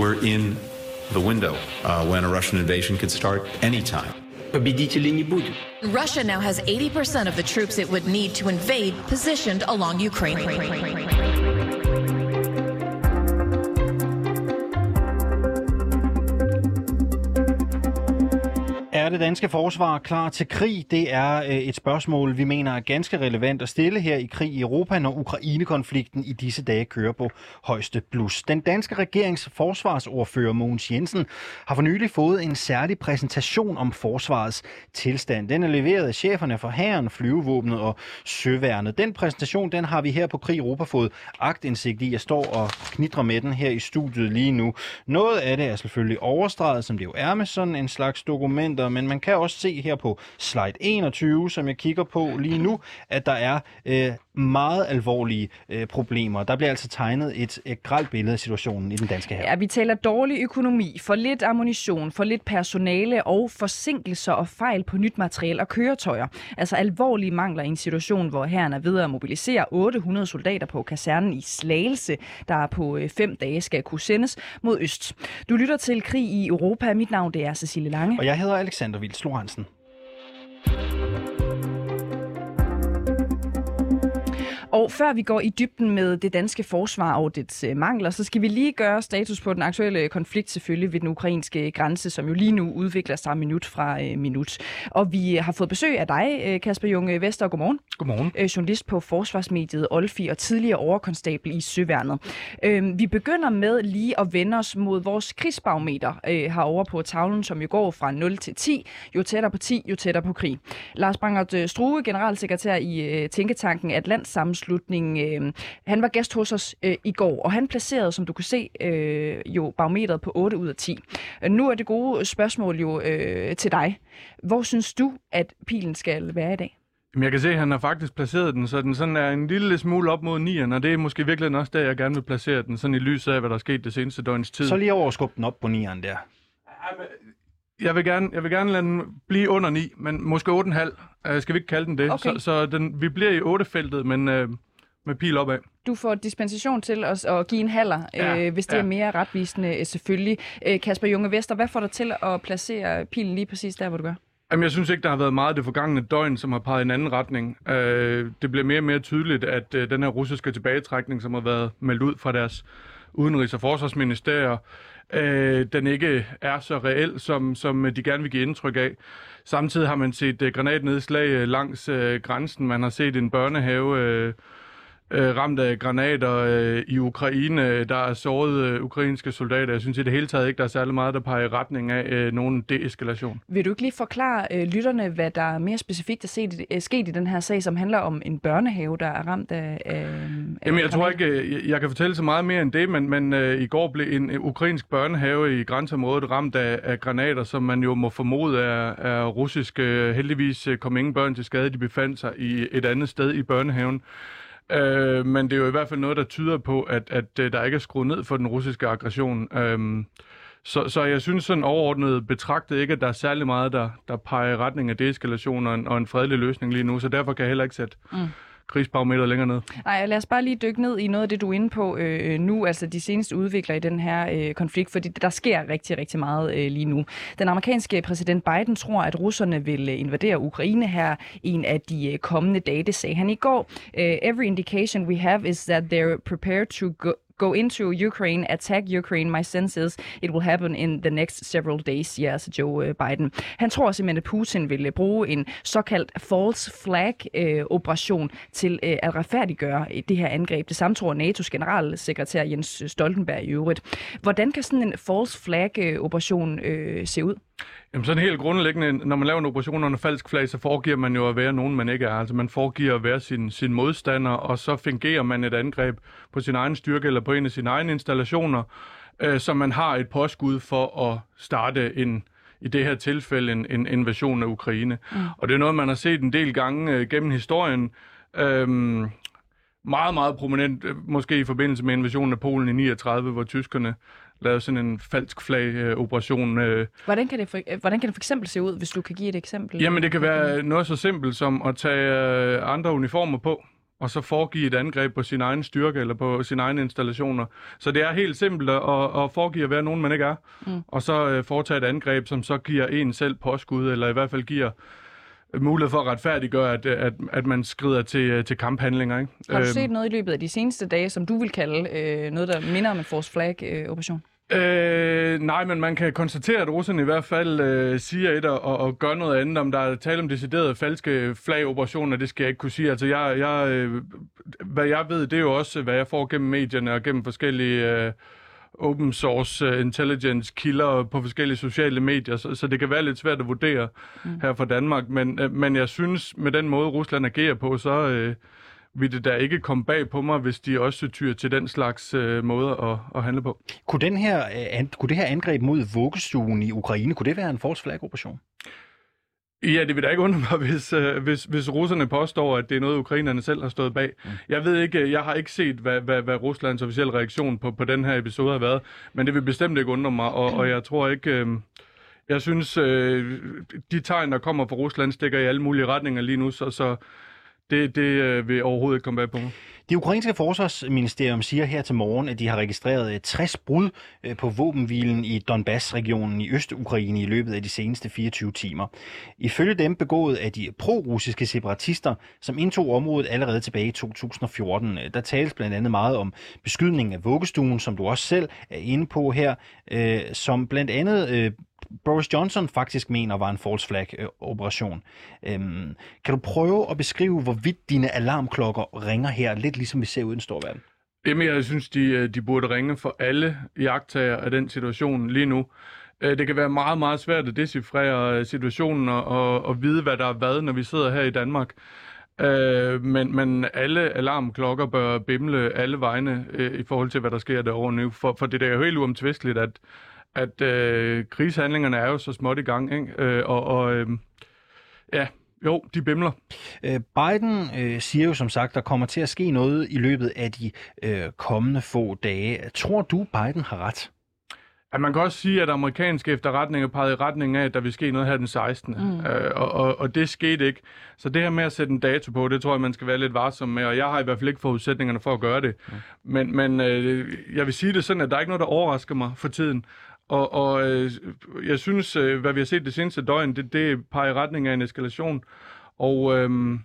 We're in the window when a Russian invasion could start anytime. Победителей не будет. Russia now has 80% of the troops it would need to invade positioned along Ukraine. Er det danske forsvar klar til krig? Det er et spørgsmål, vi mener er ganske relevant at stille her i krig i Europa, når Ukraine-konflikten i disse dage kører på højeste blus. Den danske regerings forsvarsordfører Mogens Jensen har for nylig fået en særlig præsentation om forsvarets tilstand. Den er leveret af cheferne for Hæren, Flyvevåbnet og Søværnet. Den præsentation, den har vi her på Krig Europa fået aktindsigt i. Jeg står og knitrer med den her i studiet lige nu. Noget af det er selvfølgelig overstreget, som det jo er med sådan en slags dokumenter, men man kan også se her på slide 21, som jeg kigger på lige nu, at der er meget alvorlige problemer. Der bliver altså tegnet et grelt billede af situationen i den danske hær. Ja, vi taler dårlig økonomi, for lidt ammunition, for lidt personale og forsinkelser og fejl på nyt materiel og køretøjer. Altså alvorlige mangler i en situation, hvor hæren er ved at mobilisere 800 soldater på kasernen i Slagelse, der på 5 dage skal kunne sendes mod øst. Du lytter til Krig i Europa. Mit navn det er Cecilie Lange. Og jeg hedder Alexander Vils Lorentzen. Og før vi går i dybden med det danske forsvar og dets mangler, så skal vi lige gøre status på den aktuelle konflikt selvfølgelig ved den ukrainske grænse, som jo lige nu udvikler sig minut fra minut. Og vi har fået besøg af dig, Kasper Junge Vester. Godmorgen. Godmorgen. Journalist på forsvarsmediet Olfi og tidligere overkonstabel i Søværnet. Vi begynder med lige at vende os mod vores krigsbarometer herovre på tavlen, som jo går fra 0 til 10. Jo tættere på 10, jo tættere på krig. Lars Brangert Strue, generalsekretær i Tænketanken Atlantsammenslutningen, han var gæst hos os i går, og han placerede, som du kan se, jo barometeret på 8 ud af 10. Nu er det gode spørgsmål jo til dig. Hvor synes du, at pilen skal være i dag? Jeg kan se, at han har faktisk placeret den, så den sådan er en lille smule op mod 9'eren, og det er måske virkelig også der, jeg gerne vil placere den, sådan i lyset af, hvad der er sket det seneste døgns tid. Så lige overskub den op på 9'eren der. Jeg vil gerne lade den blive under 9, men måske 8,5. Skal vi ikke kalde den det? Okay. Så vi bliver i 8-feltet, men med pil opad. Du får dispensation til at give en halver, hvis det er mere retvisende selvfølgelig. Kasper Junge Vester, hvad får dig til at placere pilen lige præcis der, hvor du gør? Jamen, jeg synes ikke, der har været meget det forgangne døgn, som har peget i en anden retning. Det bliver mere og mere tydeligt, at den her russiske tilbagetrækning, som har været meldt ud fra deres udenrigs- og forsvarsministerier, den ikke er så reel, som de gerne vil give indtryk af. Samtidig har man set granatnedslag langs grænsen. Man har set en børnehave ramt af granater i Ukraine. Der er såret ukrainske soldater. Jeg synes i det hele taget ikke, der er særlig meget, der peger i retning af nogen deeskalation. Vil du ikke lige forklare lytterne, hvad der mere specifikt er sket i den her sag, som handler om en børnehave, der er ramt af Jamen, jeg tror ikke, jeg kan fortælle så meget mere end det, men i går blev en ukrainsk børnehave i grænseområdet ramt af granater, som man jo må formode er russiske. Heldigvis kom ingen børn til skade, de befandt sig i et andet sted i børnehaven. Men det er jo i hvert fald noget, der tyder på, at der ikke er skruet ned for den russiske aggression. Så jeg synes sådan overordnet betragtet ikke, at der er særlig meget, der peger i retning af deeskalation og en fredelig løsning lige nu. Så derfor kan jeg heller ikke sætte krigsbarometer længere ned. Nej, lad os bare lige dykke ned i noget af det, du er inde på nu, altså de seneste udvikler i den her konflikt, fordi der sker rigtig, rigtig meget lige nu. Den amerikanske præsident Biden tror, at russerne vil invadere Ukraine her en af de kommende dage, det sagde han i går. Every indication we have is that they're prepared to go into Ukraine, attack Ukraine. My sense is it will happen in the next several days, siger altså Joe Biden. Han tror simpelthen, at Putin vil bruge en såkaldt false flag-operation til at retfærdiggøre det her angreb. Det samme tror NATO's generalsekretær Jens Stoltenberg i øvrigt. Hvordan kan sådan en false flag-operation se ud? Jamen sådan helt grundlæggende, når man laver en operation under falsk flag, så foregiver man jo at være nogen, man ikke er. Altså man foregiver at være sin modstander, og så fungerer man et angreb på sin egen styrke eller på en af sine egne installationer, så man har et påskud for at starte i det her tilfælde en invasion af Ukraine. Og det er noget, man har set en del gange gennem historien. Meget, meget prominent, måske i forbindelse med invasionen af Polen i 39, hvor tyskerne lavede sådan en falsk flag-operation. Hvordan kan det for eksempel se ud, hvis du kan give et eksempel? Jamen, det kan være noget så simpelt som at tage andre uniformer på, og så foregive et angreb på sin egen styrke eller på sine egne installationer. Så det er helt simpelt at foregive at være nogen, man ikke er, og så foretage et angreb, som så giver en selv påskud, eller i hvert fald giver mulighed for at retfærdiggøre, at man skrider til kamphandlinger. Ikke? Har du set noget i løbet af de seneste dage, som du vil kalde noget, der minder om en Force Flag-operation? Nej, men man kan konstatere, at russerne i hvert fald siger et og gør noget andet. Om der er tale om deciderede falske flagoperationer, det skal jeg ikke kunne sige. Altså, hvad jeg ved, det er jo også, hvad jeg får gennem medierne og gennem forskellige open source intelligence kilder på forskellige sociale medier, så det kan være lidt svært at vurdere her fra Danmark. Men jeg synes, med den måde, Rusland agerer på, så vil det da ikke komme bag på mig, hvis de også tyr til den slags måde at handle på. Kunne det her angreb mod vuggestuen i Ukraine, kunne det være en Force Flag-operation? Ja, det vil da ikke undre mig, hvis russerne påstår, at det er noget, ukrainerne selv har stået bag. Jeg ved ikke, jeg har ikke set, hvad Ruslands officielle reaktion på den her episode har været, men det vil bestemt ikke undre mig, og jeg tror ikke... Jeg synes, de tegn, der kommer fra Rusland, stikker i alle mulige retninger lige nu, så det vil overhovedet ikke komme bag på mig. Det ukrainske forsvarsministerium siger her til morgen, at de har registreret 60 brud på våbenhvilen i Donbass-regionen i Øst-Ukraine i løbet af de seneste 24 timer. Ifølge dem begået af de pro-russiske separatister, som indtog området allerede tilbage i 2014. Der tales blandt andet meget om beskydning af vuggestuen, som du også selv er inde på her, som blandt andet Boris Johnson faktisk mener var en false flag-operation. Kan du prøve at beskrive, hvorvidt dine alarmklokker ringer her, lidt ligesom vi ser ud i den store verden? Jamen, jeg synes, de burde ringe for alle iagttagere af den situation lige nu. Det kan være meget, meget svært at decifrere situationen og vide, hvad der er hvad, når vi sidder her i Danmark. Men alle alarmklokker bør bimle alle vegne i forhold til, hvad der sker derovre nu. For det er jo helt uomtvisteligt, at krigshandlingerne er jo så småt i gang, ikke? Jo, de bimler. Biden siger jo som sagt, der kommer til at ske noget i løbet af de kommende få dage. Tror du, Biden har ret? Ja, man kan også sige, at amerikanske efterretninger pegede i retning af, at der vil ske noget her den 16. Og det skete ikke. Så det her med at sætte en dato på, det tror jeg, man skal være lidt varsom med. Og jeg har i hvert fald ikke forudsætningerne for at gøre det. Men jeg vil sige det sådan, at der er ikke noget, der overrasker mig for tiden. Og jeg synes, hvad vi har set det seneste døgn, det peger i retning af en eskalation. Og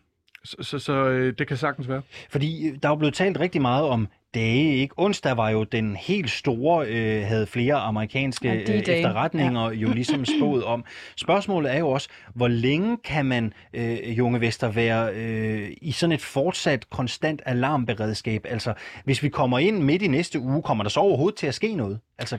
så det kan sagtens være. Fordi der er jo blevet talt rigtig meget om dage, ikke? Onsdag var jo den helt store, havde flere amerikanske efterretninger jo ligesom spået om. Spørgsmålet er jo også, hvor længe kan man, Junge Vester, være i sådan et fortsat konstant alarmberedskab? Altså, hvis vi kommer ind midt i næste uge, kommer der så overhovedet til at ske noget? Altså...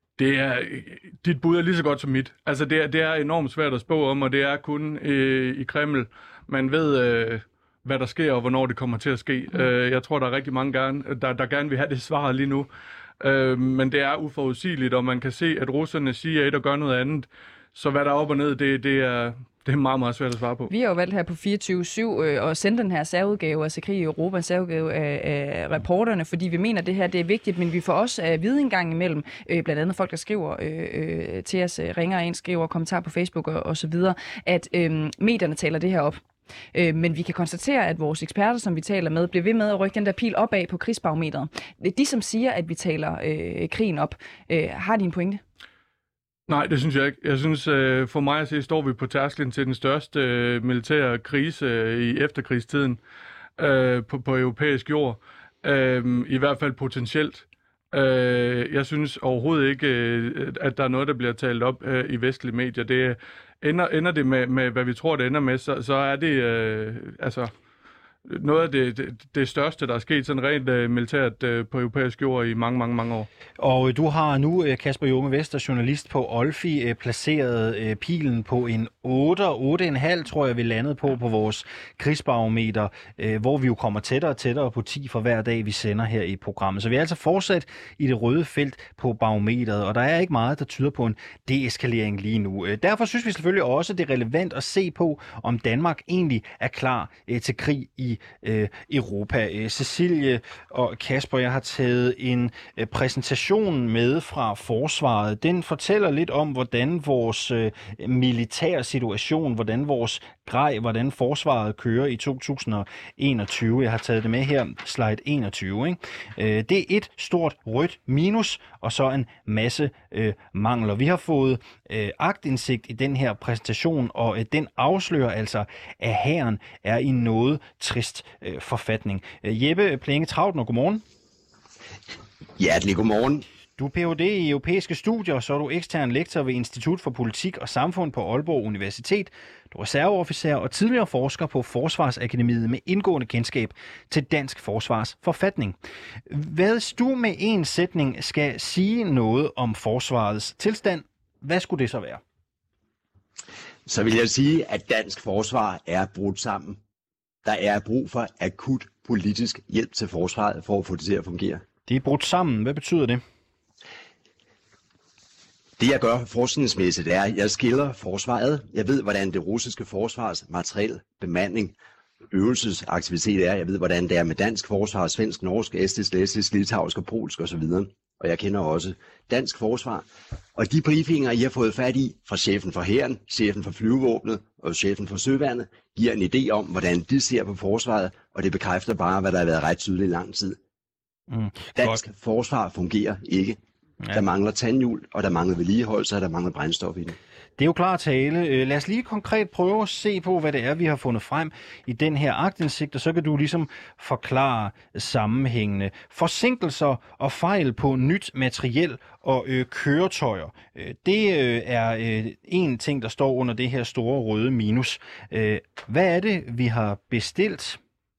Dit bud er lige så godt som mit. Altså, det er enormt svært at spå om, og det er kun i Kreml. Man ved, hvad der sker, og hvornår det kommer til at ske. Jeg tror, der er rigtig mange, der gerne vil have det svar lige nu. Men det er uforudsigeligt, og man kan se, at russerne siger et og gør noget andet. Så hvad der er op og ned, det er meget, meget svært at svare på. Vi har jo valgt her på 24/7 at sende den her særudgave, altså Krig i Europa, en særudgave af reporterne, fordi vi mener, at det her det er vigtigt, men vi får også at vide en gang imellem, blandt andet folk, der skriver til os, ringer ind, skriver kommentarer på Facebook og så videre, at medierne taler det her op. Men vi kan konstatere, at vores eksperter, som vi taler med, bliver ved med at rykke den der pil opad på krigsbarometeret. De, som siger, at vi taler krigen op, har de en pointe? Nej, det synes jeg ikke. Jeg synes, for mig at se, står vi på tærsklen til den største militære krise i efterkrigstiden på europæisk jord. I hvert fald potentielt. Jeg synes overhovedet ikke, at der er noget, der bliver talt op i vestlige medier. Det ender det med, hvad vi tror, det ender med, så er det noget af det største, der er sket sådan rent militært på europæisk jord i mange, mange, mange år. Og du har nu, Kasper Junge Vester, journalist på Olfi, placeret pilen på en 8,5, tror jeg, vi landede på vores krigsbarometer, hvor vi jo kommer tættere og tættere på 10 for hver dag, vi sender her i programmet. Så vi er altså fortsat i det røde felt på barometeret, og der er ikke meget, der tyder på en deeskalering lige nu. Derfor synes vi selvfølgelig også, det er relevant at se på, om Danmark egentlig er klar til krig i i Europa. Cecilie og Kasper, jeg har taget en præsentation med fra forsvaret. Den fortæller lidt om, hvordan vores militære situation, hvordan vores grej, hvordan forsvaret kører i 2021. Jeg har taget det med her, slide 21. Ikke? Det er et stort rødt minus, og så en masse mangler. Vi har fået aktindsigt i den her præsentation, og den afslører altså, at hæren er i noget trist forfatning. Jeppe Plenge Trautner, godmorgen. Hjertelig godmorgen. Du er Ph.D. i europæiske studier, så er du ekstern lektor ved Institut for Politik og Samfund på Aalborg Universitet. Du er reserveofficer og tidligere forsker på Forsvarsakademiet med indgående kendskab til dansk forsvarsforfatning. Hvad du med en sætning skal sige noget om forsvarets tilstand, hvad skulle det så være? Så vil jeg sige, at dansk forsvar er brudt sammen. Der er brug for akut politisk hjælp til forsvaret for at få det til at fungere. Det er brudt sammen. Hvad betyder det? Det jeg gør forskningsmæssigt er, at jeg skiller forsvaret. Jeg ved, hvordan det russiske forsvars materiel, bemanding, øvelsesaktivitet er. Jeg ved, hvordan det er med dansk forsvar, svensk, norsk, estisk, lettisk, litauisk og polsk osv. Og jeg kender også dansk forsvar. Og de briefinger, I har fået fat i fra chefen for hæren, chefen for flyvevåbnet og chefen for søværnet, giver en idé om, hvordan de ser på forsvaret, og det bekræfter bare, hvad der har været ret tydeligt i lang tid. Dansk forsvar fungerer ikke. Ja. Der mangler tandhjul, og der mangler vedligeholdelse, og der mangler brændstof i det. Det er jo klar tale. Lad os lige konkret prøve at se på, hvad det er, vi har fundet frem i den her aktindsigt, og så kan du ligesom forklare sammenhængende. Forsinkelser og fejl på nyt materiel og køretøjer. Det er en ting, der står under det her store røde minus. Hvad er det, vi har bestilt?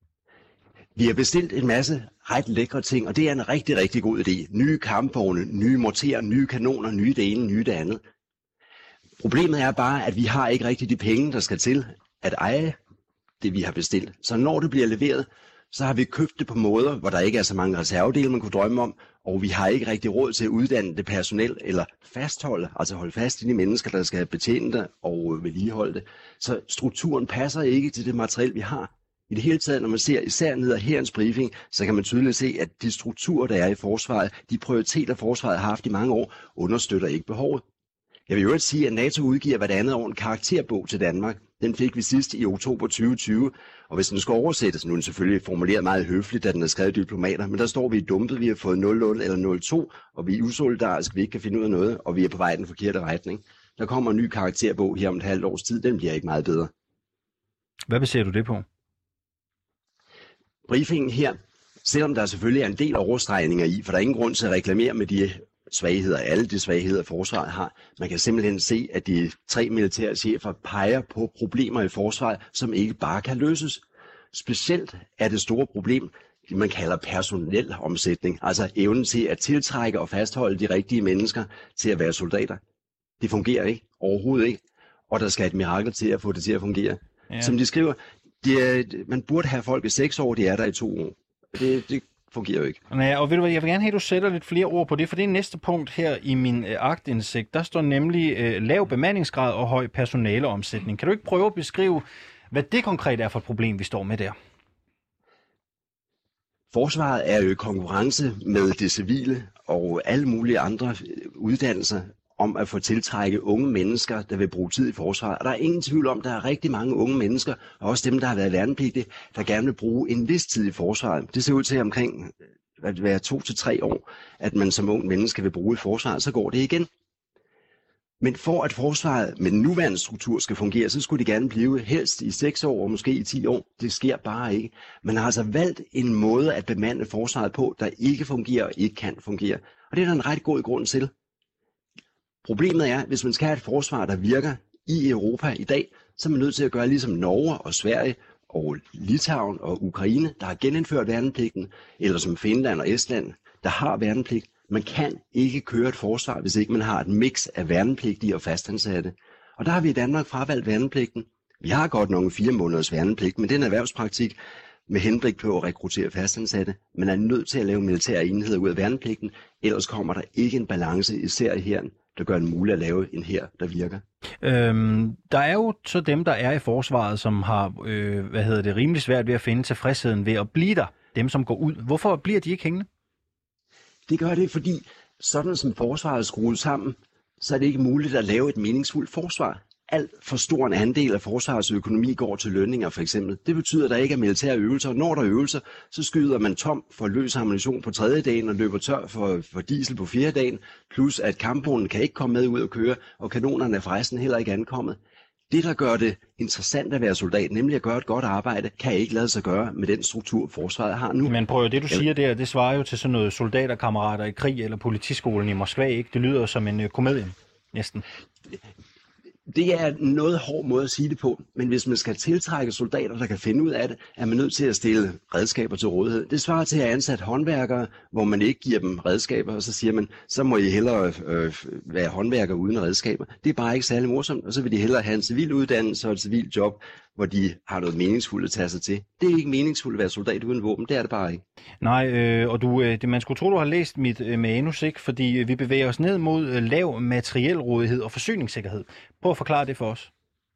Vi har bestilt en masse ret lækre ting, og det er en rigtig, rigtig god idé. Nye kampvogne, nye morterer, nye kanoner, nye det ene, nye det andet. Problemet er bare, at vi har ikke rigtig de penge, der skal til at eje det, vi har bestilt. Så når det bliver leveret, så har vi købt det på måder, hvor der ikke er så mange reservedele, man kunne drømme om, og vi har ikke rigtig råd til at uddanne det personel eller fastholde, altså holde fast i de mennesker, der skal betjene det og vedligeholde det. Så strukturen passer ikke til det materiel, vi har. I det hele taget, når man ser især ned ad herrens briefing, så kan man tydeligt se, at de strukturer, der er i forsvaret, de prioriteter, forsvaret har haft i mange år, understøtter ikke behovet. Jeg vil jo også sige, at NATO udgiver hvert andet år en karakterbog til Danmark. Den fik vi sidst i oktober 2020, og hvis den skal oversættes, nu er den selvfølgelig formuleret meget høfligt, da den er skrevet diplomater, men der står vi dumpet, vi har fået 0,0 eller 0,2, og vi er usolidariske, vi ikke kan finde ud af noget, og vi er på vej i den forkerte retning. Der kommer en ny karakterbog her om et halvt års tid, den bliver ikke meget bedre. Hvad baserer du det på? Briefingen her, selvom der selvfølgelig er en del overstregninger i, for der er ingen grund til at reklamere med de svagheder, alle de svagheder forsvaret har. Man kan simpelthen se, at de 3 militære chefer peger på problemer i forsvaret, som ikke bare kan løses. Specielt er det store problem, det man kalder personel omsætning, altså evnen til at tiltrække og fastholde de rigtige mennesker til at være soldater. Det fungerer ikke, overhovedet ikke, og der skal et mirakel til at få det til at fungere. Ja. Som de skriver, man burde have folk i 6 år, de er der i 2 år. Det fungerer jo ikke. Ja, og ved du hvad, jeg vil gerne have, at du sætter lidt flere ord på det, for det er næste punkt her i min aktindsigt. Der står nemlig lav bemandingsgrad og høj personaleomsætning. Kan du ikke prøve at beskrive, hvad det konkret er for et problem, vi står med der? Forsvaret er jo i konkurrence med det civile og alle mulige andre uddannelser om at få tiltrække unge mennesker, der vil bruge tid i forsvaret. Og der er ingen tvivl om, at der er rigtig mange unge mennesker, og også dem, der har været værnepligtige, der gerne vil bruge en vis tid i forsvaret. Det ser ud til omkring at være 2 til 3 år, at man som ung menneske vil bruge i forsvaret, så går det igen. Men for at forsvaret med den nuværende struktur skal fungere, så skulle de gerne blive helst i 6 år og måske i 10 år. Det sker bare ikke. Man har altså valgt en måde at bemande forsvaret på, der ikke fungerer og ikke kan fungere. Og det er der en ret god grund til. Problemet er, at hvis man skal have et forsvar, der virker i Europa i dag, så er man nødt til at gøre ligesom Norge og Sverige og Litauen og Ukraine, der har genindført værnepligten, eller som Finland og Estland, der har værnepligt. Man kan ikke køre et forsvar, hvis ikke man har et mix af værnepligtige og fastansatte. Og der har vi i Danmark fravalgt værnepligten. Vi har godt nogle 4 måneders værnepligt, men det er en erhvervspraktik med henblik på at rekruttere fastansatte. Man er nødt til at lave militære enheder ud af værnepligten, ellers kommer der ikke en balance, især i hæren, der gør det muligt at lave en hær, der virker. Der er jo så dem, der er i forsvaret, som har rimelig svært ved at finde tilfredsheden ved at blive der. Dem, som går ud. Hvorfor bliver de ikke hængende? Det gør det, fordi sådan som forsvaret er skruet sammen, så er det ikke muligt at lave et meningsfuldt forsvar. Alt for stor en andel af forsvarets økonomi går til lønninger for eksempel. Det betyder, at der ikke er militære øvelser. Når der er øvelser, så skyder man tom for løs ammunition på 3. dagen og løber tør for diesel på 4. dagen. Plus at kampvognen kan ikke komme med ud og køre, og kanonerne er forresten heller ikke ankommet. Det, der gør det interessant at være soldat, nemlig at gøre et godt arbejde, kan ikke lade sig gøre med den struktur, forsvaret har nu. Men prøv, det du siger der, det svarer jo til sådan noget soldaterkammerater i krig eller politiskolen i Moskva, ikke? Det lyder som en komedie, næsten. Det er noget hård måde at sige det på, men hvis man skal tiltrække soldater, der kan finde ud af det, er man nødt til at stille redskaber til rådighed. Det svarer til at ansætte håndværkere, hvor man ikke giver dem redskaber, og så siger man, så må I hellere være håndværkere uden redskaber. Det er bare ikke særlig morsomt, og så vil de hellere have en civil uddannelse og et civilt job, hvor de har noget meningsfuldt at tage sig til. Det er ikke meningsfuldt at være soldat uden våben, det er det bare ikke. Nej, og man skulle tro, du har læst mit manus, ikke? Fordi vi bevæger os ned mod lav materielrådighed og forsyningssikkerhed. Prøv at forklare det for os.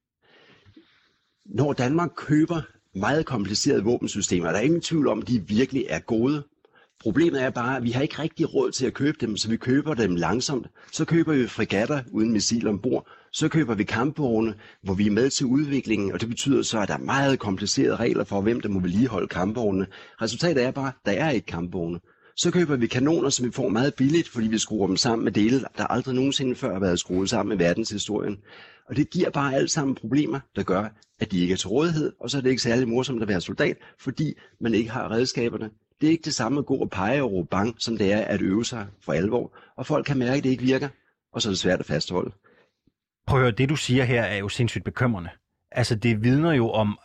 Når Danmark køber meget komplicerede våbensystemer, der er ingen tvivl om, at de virkelig er gode. Problemet er bare, at vi har ikke rigtig råd til at købe dem, så vi køber dem langsomt. Så køber vi fregatter uden missil ombord. Så køber vi kampvogne, hvor vi er med til udviklingen, og det betyder så, at der er meget komplicerede regler for, hvem der må vedligeholde kampvognene. Resultatet er bare, at der er ikke kampvogne. Så køber vi kanoner, som vi får meget billigt, fordi vi skruer dem sammen med dele, der aldrig nogensinde før har været skruet sammen med verdenshistorien. Og det giver bare alt sammen problemer, der gør, at de ikke er til rådighed, og så er det ikke særlig morsomt at være soldat, fordi man ikke har redskaberne. Det er ikke det samme at gå og pege og råbe bang, som det er at øve sig for alvor. Og folk kan mærke, at det ikke virker, og så er det svært at fastholde. Prøv at høre, det du siger her er jo sindssygt bekymrende. Altså det vidner jo om,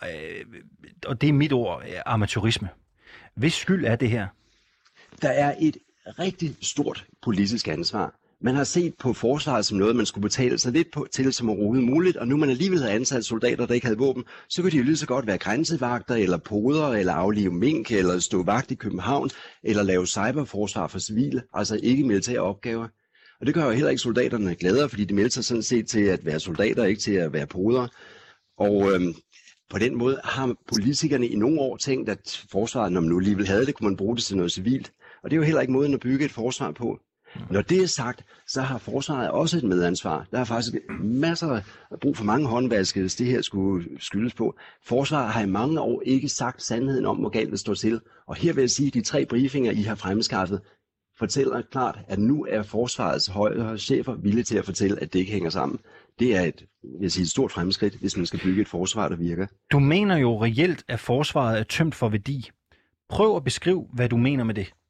og det er mit ord, amatørisme. Hvis skyld er det her? Der er et rigtig stort politisk ansvar. Man har set på forsvaret som noget, man skulle betale sig lidt på, til som overhovedet muligt, og nu man alligevel havde ansat soldater, der ikke havde våben, så kunne de jo lige så godt være grænsevagter, eller poder, eller aflive mink, eller stå vagt i København, eller lave cyberforsvar for civile, altså ikke militære opgaver. Og det gør jo heller ikke soldaterne gladere, fordi de melder sig sådan set til at være soldater, ikke til at være poder. Og på den måde har politikerne i nogle år tænkt, at forsvaret, når man nu alligevel havde det, kunne man bruge det til noget civilt. Og det er jo heller ikke måden at bygge et forsvar på. Når det er sagt, så har forsvaret også et medansvar. Der er faktisk masser af brug for mange håndvaske, hvis det her skulle skyldes på. Forsvaret har i mange år ikke sagt sandheden om, hvor galt det står til. Og her vil jeg sige, at de 3 briefinger, I har fremskaffet, fortæller klart, at nu er forsvarets højere chefer villige til at fortælle, at det ikke hænger sammen. Det er et stort fremskridt, hvis man skal bygge et forsvar, der virker. Du mener jo reelt, at forsvaret er tømt for værdi. Prøv at beskrive, hvad du mener med det.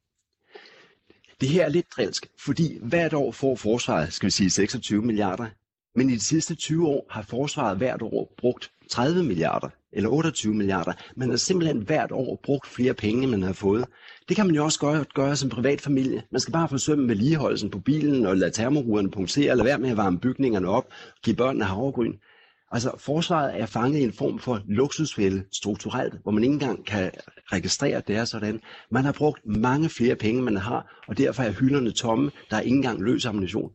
Det her er lidt drilsk, fordi hvert år får forsvaret, 26 milliarder. Men i de sidste 20 år har forsvaret hvert år brugt 30 milliarder eller 28 milliarder. Man har simpelthen hvert år brugt flere penge, end man har fået. Det kan man jo også gøre som privatfamilie. Man skal bare forsømme vedligeholdelsen på bilen og lade termoruderne punktere, eller være med at varme bygningerne op, give børnene havregryn. Altså, forsvaret er fanget i en form for luksusfælde strukturelt, hvor man ikke engang kan registrere, at det er sådan. Man har brugt mange flere penge, man har, og derfor er hylderne tomme. Der er ikke engang løs ammunition.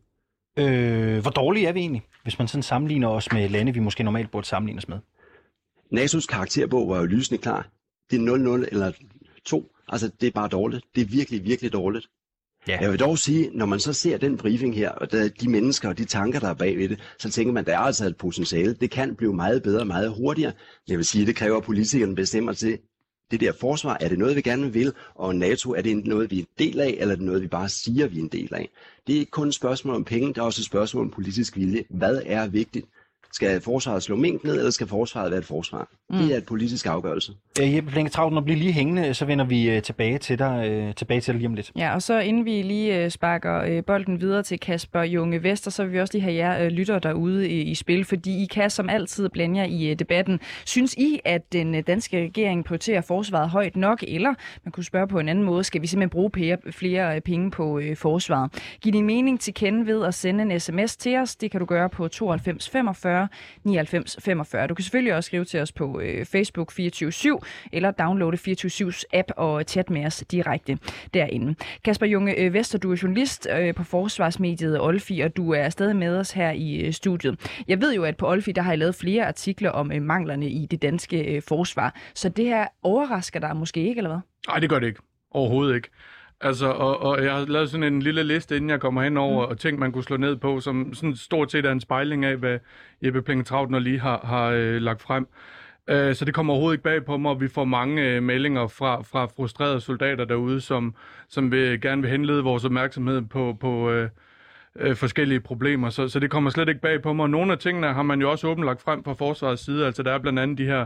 Hvor dårlige er vi egentlig, hvis man sådan sammenligner os med lande, vi måske normalt burde sammenlignes med? NATO's karakterbog var jo lysende klar. Det er 0-0 eller 2. Altså, det er bare dårligt. Det er virkelig, virkelig dårligt. Ja. Jeg vil dog sige, når man så ser den briefing her, og de mennesker og de tanker, der er bagved det, så tænker man, at der er altså et potentiale. Det kan blive meget bedre, meget hurtigere. Jeg vil sige, at det kræver, at politikerne bestemmer til, det der forsvar, er det noget, vi gerne vil, og NATO, er det noget, vi er en del af, eller er det noget, vi bare siger, vi er en del af? Det er ikke kun et spørgsmål om penge, det er også et spørgsmål om politisk vilje. Hvad er vigtigt? Skal forsvaret slå mink ned, eller skal forsvaret være et forsvar? Det er et politisk afgørelse. Jeppe Flinke Travlt, når vi bliver lige hængende, så vender vi tilbage til dig lige om lidt. Ja, og så inden vi lige sparker bolden videre til Kasper Junge Vester, så vil vi også lige have jer lyttere derude i spil, fordi I kan som altid blande jer i debatten. Synes I, at den danske regering prioriterer forsvaret højt nok, eller man kunne spørge på en anden måde, skal vi simpelthen bruge flere penge på forsvaret? Giv din mening til kende ved at sende en sms til os. Det kan du gøre på 92 45 49 99 45. Du kan selvfølgelig også skrive til os på Facebook 24/7 eller downloade 24/7's app og chat med os direkte derinde. Kasper Junge Vester, du er journalist på forsvarsmediet Olfi, og du er stadig med os her i studiet. Jeg ved jo, at på Olfi, der har I lavet flere artikler om manglerne i det danske forsvar. Så det her overrasker dig måske ikke, eller hvad? Nej, det gør det ikke. Overhovedet ikke. Altså, og jeg har lavet sådan en lille liste, inden jeg kommer henover, og ting, man kunne slå ned på, som sådan stort set er en spejling af, hvad Jeppe Plenge-Trautner lige har lagt frem. Så det kommer overhovedet ikke bag på mig, og vi får mange meldinger fra frustrerede soldater derude, som gerne vil henlede vores opmærksomhed på forskellige problemer. Så det kommer slet ikke bag på mig. Nogle af tingene har man jo også åbent lagt frem fra forsvarets side. Altså der er blandt andet de her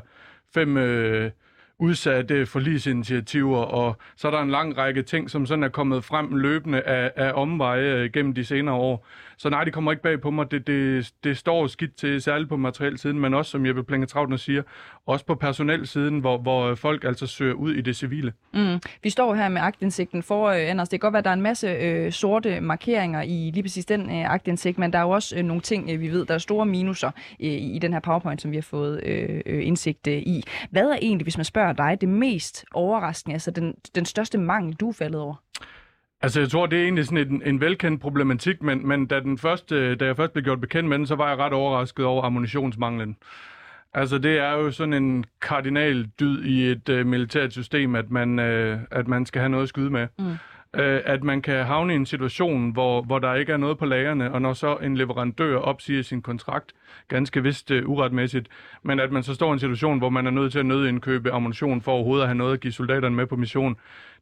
5 udsatte forlisinitiativer, og så er der en lang række ting, som sådan er kommet frem løbende af omveje gennem de senere år. Så nej, det kommer ikke bag på mig. Det står skidt til, særligt på materielsiden, men også, som Jeppe Plenge-Trautner siger, også på personelsiden, hvor folk altså søger ud i det civile. Vi står her med aktindsigten foran os. Det kan godt være, at der er en masse sorte markeringer i lige præcis den aktindsigt, men der er jo også nogle ting, vi ved, der er store minuser i den her PowerPoint, som vi har fået indsigt i. Hvad er egentlig, hvis man spørger dig, det mest overraskende, altså den største mangel, du er faldet over? Altså, jeg tror, det er egentlig sådan en velkendt problematik, men da jeg først blev gjort bekendt med den, så var jeg ret overrasket over ammunitionsmanglen. Altså, det er jo sådan en kardinal dyd i et militært system, at man skal have noget at skyde med. At man kan havne i en situation, hvor der ikke er noget på lagrene, og når så en leverandør opsiger sin kontrakt, ganske vist uretmæssigt, men at man så står i en situation, hvor man er nødt til at nødindkøbe ammunition for overhovedet at have noget at give soldaterne med på mission.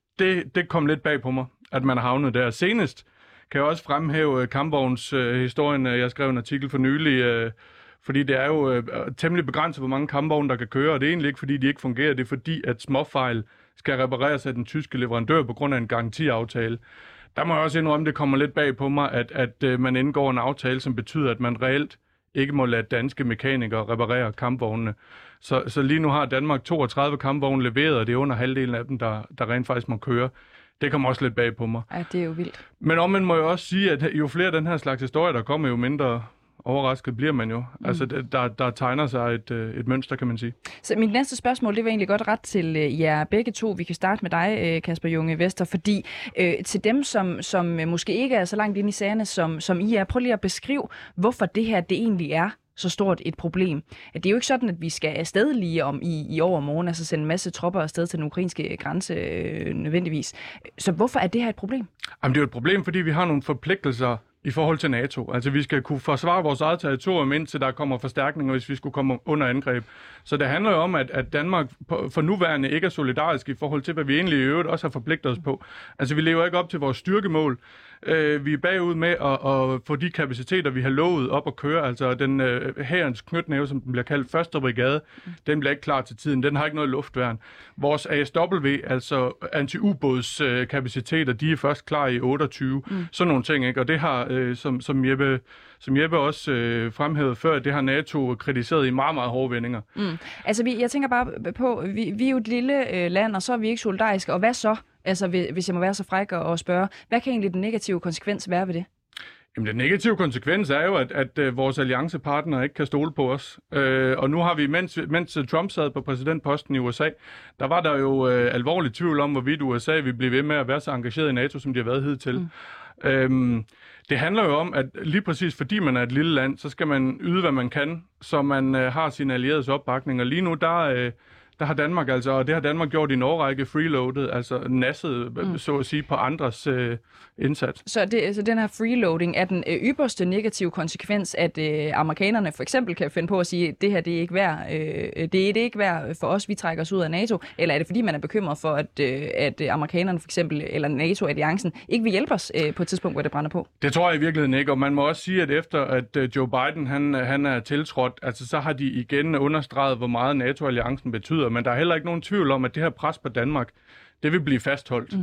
Det kom lidt bag på mig, at man har havnet der. Senest kan jeg også fremhæve kampvognshistorien. Jeg skrev en artikel for nylig, fordi det er jo temmelig begrænset, hvor mange kampvogne, der kan køre, og det er egentlig ikke, fordi de ikke fungerer. Det er fordi, at småfejl skal repareres af den tyske leverandør på grund af en garantiaftale. Der må jeg også indrømme, det kommer lidt bag på mig, at man indgår en aftale, som betyder, at man reelt ikke må lade danske mekanikere reparere kampvognene. Så lige nu har Danmark 32 kampvogne leveret, og det er under halvdelen af dem, der rent faktisk må køre. Det kommer også lidt bag på mig. Ej, det er jo vildt. Men omvendt må jeg også sige, at jo flere af den her slags historier, der kommer, jo mindre overrasket bliver man jo. Altså, der tegner sig et mønster, kan man sige. Så mit næste spørgsmål, det var egentlig godt ret til jer begge to. Vi kan starte med dig, Kasper Junge Vester, fordi til dem, som måske ikke er så langt inde i sagerne, som I er, prøv lige at beskrive, hvorfor det her det egentlig er så stort et problem. Det er jo ikke sådan, at vi skal afsted lige om i overmorgen, altså sende en masse tropper afsted til den ukrainske grænse nødvendigvis. Så hvorfor er det her et problem? Jamen, det er jo et problem, fordi vi har nogle forpligtelser i forhold til NATO. Altså, vi skal kunne forsvare vores eget territorium, indtil der kommer forstærkninger, hvis vi skulle komme under angreb. Så det handler jo om, at Danmark for nuværende ikke er solidarisk i forhold til, hvad vi egentlig i øvrigt også har forpligtet os på. Altså, vi lever ikke op til vores styrkemål. Vi er bagud med at få de kapaciteter, vi har lovet op at køre. Altså, den hærens knytnæve, som den bliver kaldt, første brigade, den bliver ikke klar til tiden. Den har ikke noget luftværn. Vores ASW, altså anti-ubådskapaciteter, de er først klar i 28. Sådan nogle ting, ikke? Og det har som Jeppe også fremhævede før, det har NATO kritiseret i meget, meget hårde vendinger. Altså, jeg tænker bare på, vi er jo et lille land, og så er vi ikke solidariske. Og hvad så? Altså, hvis jeg må være så fræk og spørge, hvad kan egentlig den negative konsekvens være ved det? Jamen, den negative konsekvens er jo, at vores alliancepartnere ikke kan stole på os. Og nu har vi, mens Trump sad på præsidentposten i USA, der var der jo alvorlig tvivl om, hvorvidt USA ville blive ved med at være så engageret i NATO, som de har været hidtil. Det handler jo om, at lige præcis fordi man er et lille land, så skal man yde, hvad man kan, så man har sine allieredes opbakning. Og lige nu, der har Danmark altså, og det har Danmark gjort i en årrække, freeloadet, altså nasset, så at sige, på andres indsats. Så den her freeloading er den ypperste negative konsekvens, at amerikanerne for eksempel kan finde på at sige, at det her det er ikke værd for os, vi trækker os ud af NATO, eller er det fordi, man er bekymret for, at amerikanerne for eksempel, eller NATO-alliancen, ikke vil hjælpe os på et tidspunkt, hvor det brænder på? Det tror jeg i virkeligheden ikke, og man må også sige, at efter at Joe Biden han er tiltrådt, altså så har de igen understreget, hvor meget NATO-alliancen betyder, men der er heller ikke nogen tvivl om, at det her pres på Danmark, det vil blive fastholdt.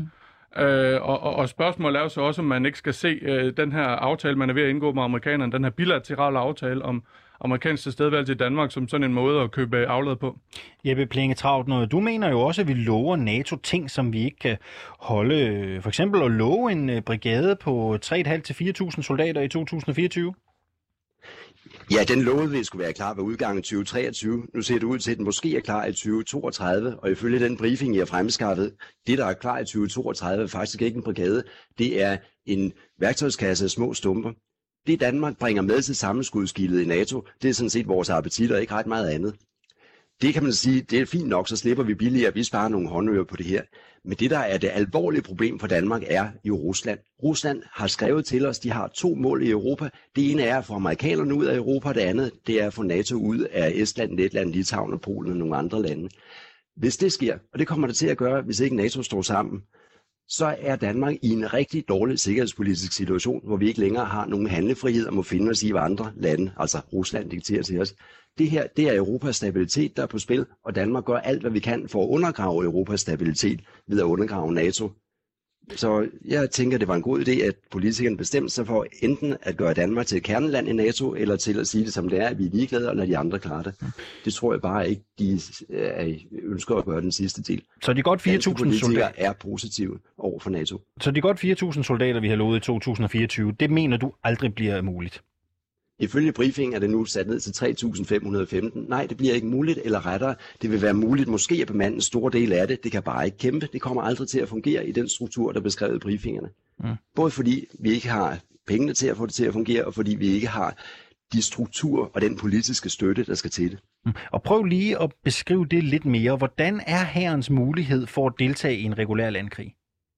Og spørgsmålet er jo så også, om man ikke skal se den her aftale, man er ved at indgå med amerikanerne, den her bilaterale aftale om amerikansk tilstedeværelse i Danmark, som sådan en måde at købe aflad på. Jeppe Plenge-Trautner, du mener jo også, at vi lover NATO ting, som vi ikke kan holde. For eksempel at love en brigade på 3.500 til 4.000 soldater i 2024? Ja, den lovede vi skulle være klar ved udgangen 2023. Nu ser det ud til, at den måske er klar i 2032, og ifølge den briefing, jeg har fremskaffet, det, der er klar i 2032, er faktisk ikke en brigade. Det er en værktøjskasse af små stumper. Det Danmark bringer med til sammenskudskildet i NATO, det er sådan set vores appetit og ikke ret meget andet. Det kan man sige, det er fint nok, så slipper vi billigere, vi sparer nogle håndører på det her. Men det, der er det alvorlige problem for Danmark, er jo Rusland. Rusland har skrevet til os, de har 2 mål i Europa. Det ene er at få amerikanerne ud af Europa, det andet det er at få NATO ud af Estland, Letland, Litauen og Polen og nogle andre lande. Hvis det sker, og det kommer det til at gøre, hvis ikke NATO står sammen, så er Danmark i en rigtig dårlig sikkerhedspolitisk situation, hvor vi ikke længere har nogen handlefrihed og må finde os i, hvad andre lande, altså Rusland, dikterer til os. Det her, det er Europas stabilitet, der er på spil, og Danmark gør alt, hvad vi kan for at undergrave Europas stabilitet ved at undergrave NATO. Så jeg tænker, det var en god idé, at politikerne bestemte sig for enten at gøre Danmark til et kerneland i NATO, eller til at sige det som det er, at vi er ligeglade, og lade de andre klare det. Det tror jeg bare ikke, de ønsker at gøre den sidste del. Så de godt 4.000 soldater er positive over for NATO. Så de godt 4.000 soldater, vi har lovet i 2024, det mener du aldrig bliver muligt? Ifølge briefingen er det nu sat ned til 3.515. Nej, det bliver ikke muligt, eller rettere, det vil være muligt måske at bemande en stor del af det. Det kan bare ikke kæmpe. Det kommer aldrig til at fungere i den struktur, der er beskrevet i briefingerne. Både fordi vi ikke har pengene til at få det til at fungere, og fordi vi ikke har de strukturer og den politiske støtte, der skal til det. Og prøv lige at beskrive det lidt mere. Hvordan er hærens mulighed for at deltage i en regulær landkrig?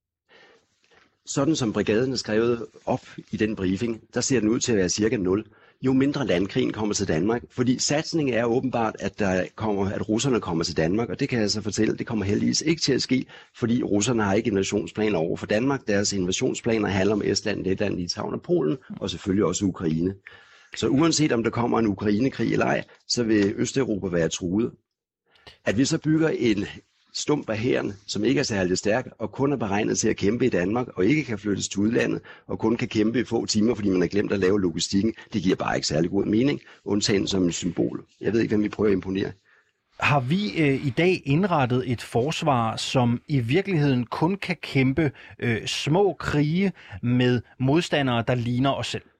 Sådan som brigaden er skrevet op i den briefing, der ser den ud til at være cirka 0. Jo mindre landkrigen kommer til Danmark, fordi satsningen er åbenbart, at russerne kommer til Danmark, og det kan jeg så fortælle, det kommer heldigvis ikke til at ske, fordi russerne har ikke invasionsplaner over for Danmark. Deres invasionsplaner handler om Estland, Letland, Litauen og Polen, og selvfølgelig også Ukraine. Så uanset om der kommer en Ukraine-krig eller ej, så vil Østeuropa være truet. At vi så bygger en stump af hæren, som ikke er særlig stærk, og kun er beregnet til at kæmpe i Danmark, og ikke kan flyttes til udlandet, og kun kan kæmpe i få timer, fordi man har glemt at lave logistikken, det giver bare ikke særlig god mening, undtagen som et symbol. Jeg ved ikke, hvem vi prøver at imponere. Har vi i dag indrettet et forsvar, som i virkeligheden kun kan kæmpe små krige med modstandere, der ligner os selv?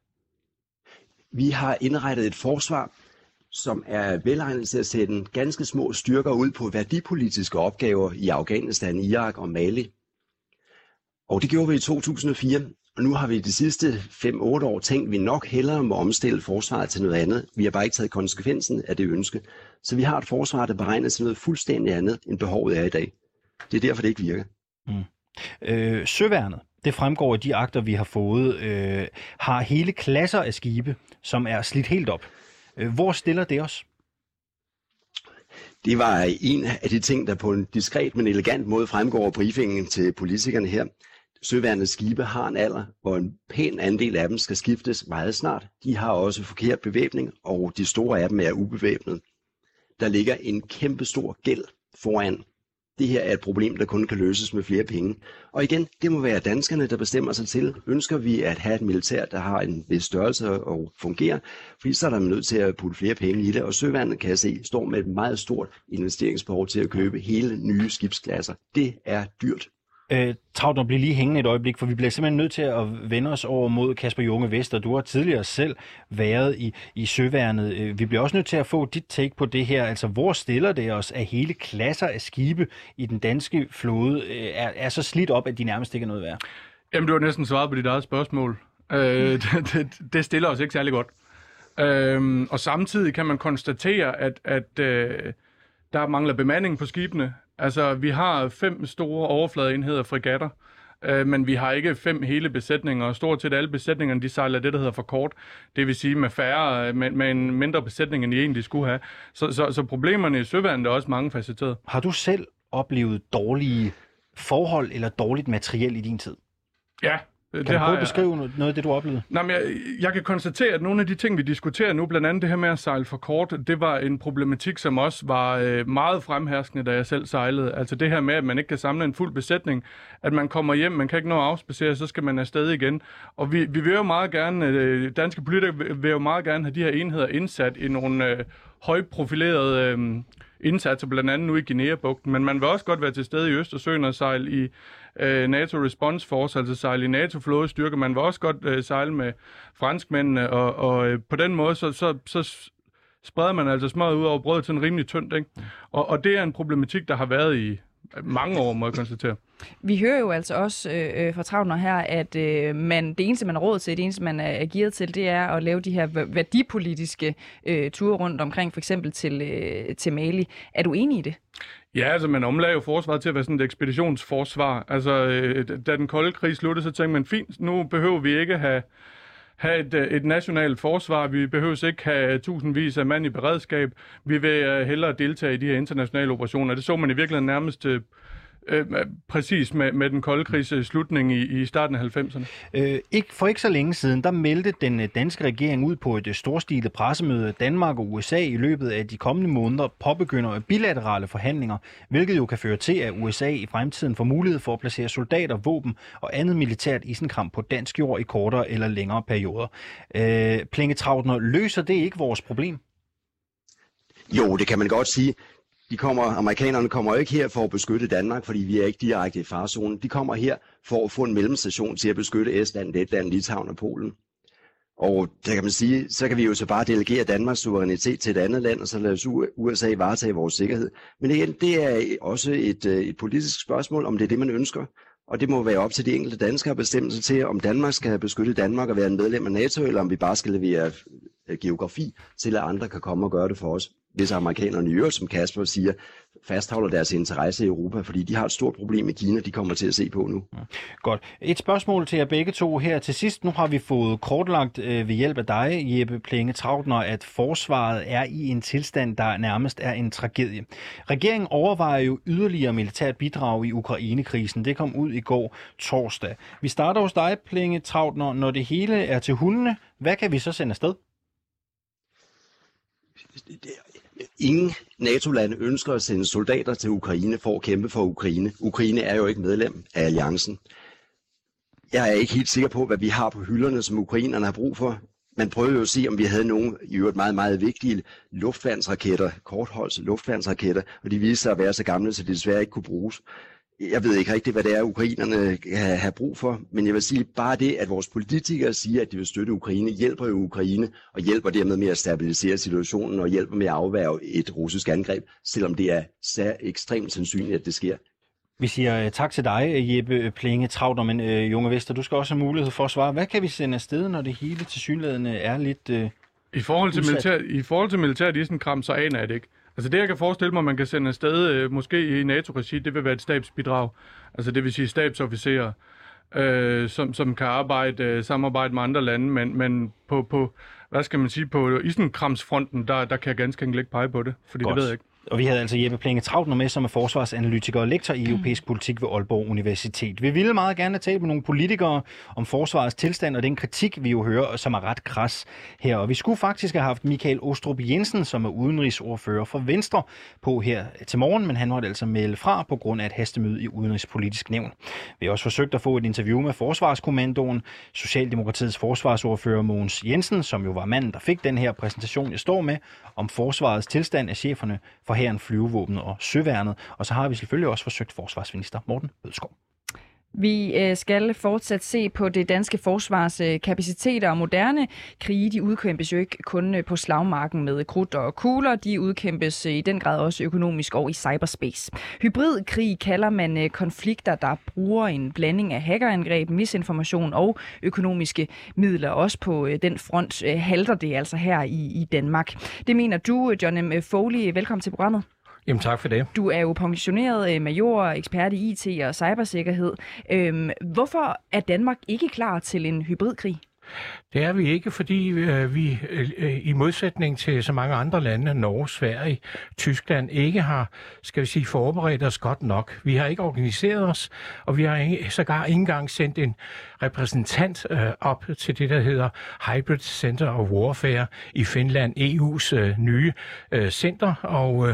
Vi har indrettet et forsvar, som er velegnet til at sætte ganske små styrker ud på værdipolitiske opgaver i Afghanistan, Irak og Mali. Og det gjorde vi i 2004, og nu har vi de sidste 5-8 år tænkt, at vi nok hellere må omstille forsvaret til noget andet. Vi har bare ikke taget konsekvensen af det ønske. Så vi har et forsvar, der beregnet til noget fuldstændig andet, end behovet er i dag. Det er derfor, det ikke virker. Søværnet, det fremgår af de akter, vi har fået, har hele klasser af skibe, som er slidt helt op. Hvor stiller det os? Det var en af de ting, der på en diskret, men elegant måde fremgår af briefingen til politikerne her. Søværnets skibe har en alder, hvor en pæn andel af dem skal skiftes meget snart. De har også forkert bevæbning, og de store af dem er ubevæbnet. Der ligger en kæmpe stor gæld foran. Det her er et problem, der kun kan løses med flere penge. Og igen, det må være danskerne, der bestemmer sig til. Ønsker vi at have et militær, der har en vis størrelse og fungerer, fordi så er der nødt til at putte flere penge i det. Og Søværnet, kan jeg se, står med et meget stort investeringsbehov til at købe hele nye skibsklasser. Det er dyrt. Trautner, bliver lige hængende et øjeblik, for vi bliver simpelthen nødt til at vende os over mod Kasper Junge Vest, og du har tidligere selv været i Søværnet. Vi bliver også nødt til at få dit take på det her. Altså, hvor stiller det os, at hele klasser af skibe i den danske flåde er så slidt op, at de nærmest ikke er noget værd? Jamen, du har næsten svaret på dit eget spørgsmål. Det stiller os ikke særlig godt. Og samtidig kan man konstatere, at der mangler bemanding på skibene. Altså, vi har 5 store overfladeenheder fregatter, men vi har ikke 5 hele besætninger, og stort set alle besætningerne, de sejler det, der hedder for kort. Det vil sige med en mindre besætning, end de egentlig skulle have. Så problemerne i Søværnet er også mange-facetteret. Har du selv oplevet dårlige forhold eller dårligt materiel i din tid? Ja. Kan du prøve at beskrive noget af det, du oplevede? Nej, men jeg kan konstatere, at nogle af de ting, vi diskuterer nu, blandt andet det her med at sejle for kort, det var en problematik, som også var meget fremherskende, da jeg selv sejlede. Altså det her med, at man ikke kan samle en fuld besætning, at man kommer hjem, man kan ikke nå at afspacere, så skal man afsted igen. Og vi vil jo meget gerne, danske politikere vil jo meget gerne have de her enheder indsat i nogle højprofilerede indsatser, blandt andet nu i Guinea-bugten, men man vil også godt være til stede i Østersøen og sejle i NATO Response Force, altså sejle i NATO-flådestyrke. Man vil også godt sejle med franskmændene, og på den måde så spreder man altså smøret ud over brødet sådan rimelig tyndt, ikke? Og det er en problematik, der har været i mange år, må jeg konstatere. Vi hører jo altså også fra Trautner her, at det eneste, man har råd til, det eneste, man er gearet til, det er at lave de her værdipolitiske ture rundt omkring, for eksempel til Mali. Er du enig i det? Ja, altså man omlagde jo forsvaret til at være sådan et ekspeditionsforsvar. Altså, da den kolde krig sluttede, så tænkte man, fint, nu behøver vi ikke have et nationalt forsvar. Vi behøver ikke have tusindvis af mand i beredskab. Vi vil hellere deltage i de her internationale operationer. Det så man i virkeligheden nærmest præcis med den kolde krigs slutning i starten af 90'erne. For ikke så længe siden, der meldte den danske regering ud på et storstilet pressemøde. Danmark og USA i løbet af de kommende måneder påbegynder bilaterale forhandlinger, hvilket jo kan føre til, at USA i fremtiden får mulighed for at placere soldater, våben og andet militært isenkram på dansk jord i kortere eller længere perioder. Plinge Trautner, løser det ikke vores problem? Jo, det kan man godt sige. Amerikanerne kommer ikke her for at beskytte Danmark, fordi vi er ikke direkte i farzonen. De kommer her for at få en mellemstation til at beskytte Estland, Letland, Litauen og Polen. Og der kan man sige, så kan vi jo så bare delegere Danmarks suverænitet til et andet land, og så lade USA varetage vores sikkerhed. Men igen, det er også et politisk spørgsmål, om det er det, man ønsker. Og det må være op til de enkelte danskere at bestemme sig til, om Danmark skal beskytte Danmark og være en medlem af NATO, eller om vi bare skal levere geografi til, at andre kan komme og gøre det for os. Hvis amerikanerne i øvrigt, som Kasper siger, fastholder deres interesse i Europa, fordi de har et stort problem i Kina, de kommer til at se på nu. Godt. Et spørgsmål til jer begge to her til sidst. Nu har vi fået kortlagt ved hjælp af dig, Jeppe Plinge Trautner, at forsvaret er i en tilstand, der nærmest er en tragedie. Regeringen overvejer jo yderligere militært bidrag i Ukraine-krisen. Det kom ud i går torsdag. Vi starter hos dig, Plinge Trautner. Når det hele er til hundene, hvad kan vi så sende afsted? Ingen NATO-lande ønsker at sende soldater til Ukraine for at kæmpe for Ukraine. Ukraine er jo ikke medlem af alliancen. Jeg er ikke helt sikker på, hvad vi har på hylderne, som ukrainerne har brug for. Man prøvede jo at se, om vi havde nogle i øvrigt meget, meget vigtige luftværnsraketter, kortholds luftværnsraketter, og de viste sig at være så gamle, så de desværre ikke kunne bruges. Jeg ved ikke rigtigt, hvad det er, ukrainerne kan have brug for, men jeg vil sige bare det, at vores politikere siger, at de vil støtte Ukraine, hjælper jo Ukraine, og hjælper dermed med at stabilisere situationen, og hjælper med at afværge et russisk angreb, selvom det er så ekstremt sandsynligt, at det sker. Vi siger tak til dig, Jeppe Plinge Trautner, men Junge Vester, du skal også have mulighed for at svare. Hvad kan vi sende afsted, når det hele tilsyneladende er lidt I forhold til militært isenkram, så aner jeg det ikke. Altså det, jeg kan forestille mig, man kan sende afsted, måske i NATO-regi, det vil være et stabsbidrag. Altså det vil sige stabsofficerer, som kan samarbejde med andre lande, men på hvad skal man sige, på isenkramsfronten, der kan jeg ganske enkelt ikke pege på det, fordi Godt. Det ved jeg ikke. Og vi havde altså Jeppe Plinge Trautner med, som er forsvarsanalytiker og lektor i europæisk politik ved Aalborg Universitet. Vi ville meget gerne tale med nogle politikere om forsvarets tilstand og den kritik, vi jo hører, som er ret kras her. Og vi skulle faktisk have haft Michael Aastrup Jensen, som er udenrigsordfører for Venstre, på her til morgen, men han måtte altså melde fra på grund af et hastemøde i Udenrigspolitisk Nævn. Vi har også forsøgt at få et interview med Forsvarskommandoen, Socialdemokratiets forsvarsordfører Mogens Jensen, som jo var manden, der fik den her præsentation, jeg står med, om forsvarets tilstand af cheferne for hæren, flyvevåbnet og søværnet. Og så har vi selvfølgelig også forsøgt forsvarsminister Morten Bødskov. Vi skal fortsat se på det danske forsvars kapaciteter, og moderne krige, de udkæmpes jo ikke kun på slagmarken med krudt og kugler, de udkæmpes i den grad også økonomisk og i cyberspace. Hybridkrig kalder man konflikter, der bruger en blanding af hackerangreb, misinformation og økonomiske midler. Også på den front halter det altså her i Danmark. Det mener du, John M. Foley. Velkommen til programmet. Jamen tak for det. Du er jo pensioneret major, ekspert i IT og cybersikkerhed. Hvorfor er Danmark ikke klar til en hybridkrig? Det er vi ikke, fordi vi i modsætning til så mange andre lande, Norge, Sverige, Tyskland, ikke har, skal vi sige, forberedt os godt nok. Vi har ikke organiseret os, og vi har sågar ikke engang sendt en repræsentant op til det, der hedder Hybrid Center of Warfare i Finland, EU's nye center, og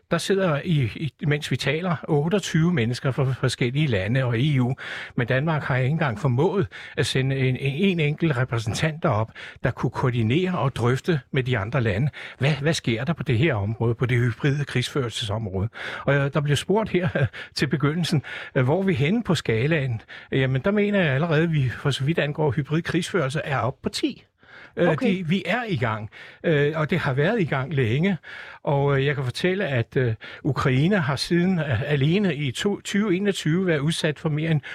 der sidder, mens vi taler, 28 mennesker fra forskellige lande og EU. Men Danmark har ikke engang formået at sende en enkelt repræsentant derop, der kunne koordinere og drøfte med de andre lande. Hvad sker der på det her område, på det hybride krigsførelsesområde? Og der bliver spurgt her til begyndelsen, hvor vi henne på skalaen? Jamen, der mener jeg allerede, at vi for så vidt angår hybrid krigsførelse er oppe på 10. Okay. Vi er i gang, og det har været i gang længe. Og jeg kan fortælle, at Ukraine har siden alene i 2021 været udsat for mere end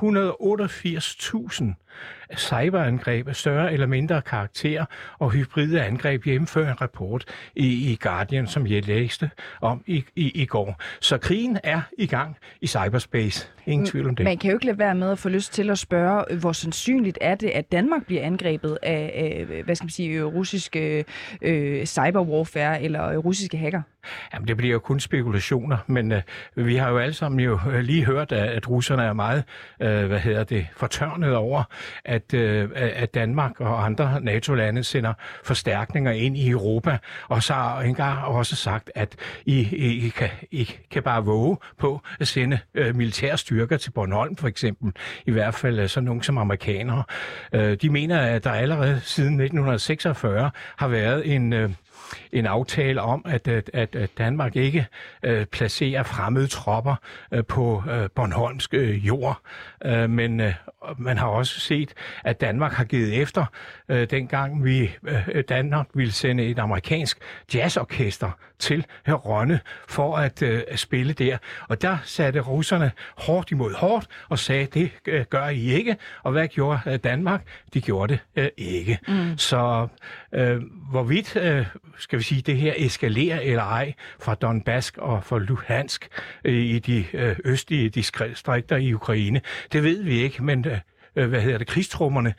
288.000 cyberangreb af større eller mindre karakter og hybride angreb, jævnfør en rapport i Guardian, som jeg læste om i går. Så krigen er i gang i cyberspace. Ingen tvivl om det. Man kan jo ikke lade være med at få lyst til at spørge, hvor sandsynligt er det, at Danmark bliver angrebet af russiske cyberwarfare eller russiske hacker? Jamen, det bliver jo kun spekulationer, men vi har jo alle sammen lige hørt, at russerne er meget, fortørnet over, at Danmark og andre NATO-lande sender forstærkninger ind i Europa, og så har engang også sagt, at I kan bare våge på at sende militære styrker til Bornholm, for eksempel. I hvert fald sådan nogle som amerikanere. De mener, at der allerede siden 1946 har været en aftale om, at Danmark ikke placerer fremmede tropper på Bornholmsk jord. Men man har også set, at Danmark har givet efter, dengang Danmark ville sende et amerikansk jazzorkester til Rønne for at spille der. Og der satte russerne hårdt imod hårdt og sagde, det gør I ikke. Og hvad gjorde Danmark? De gjorde det ikke. Så hvorvidt skal vi sige, det her eskalerer eller ej fra Donbass og fra Luhansk i de østlige distrikter i Ukraine, det ved vi ikke, men krigstrummerne,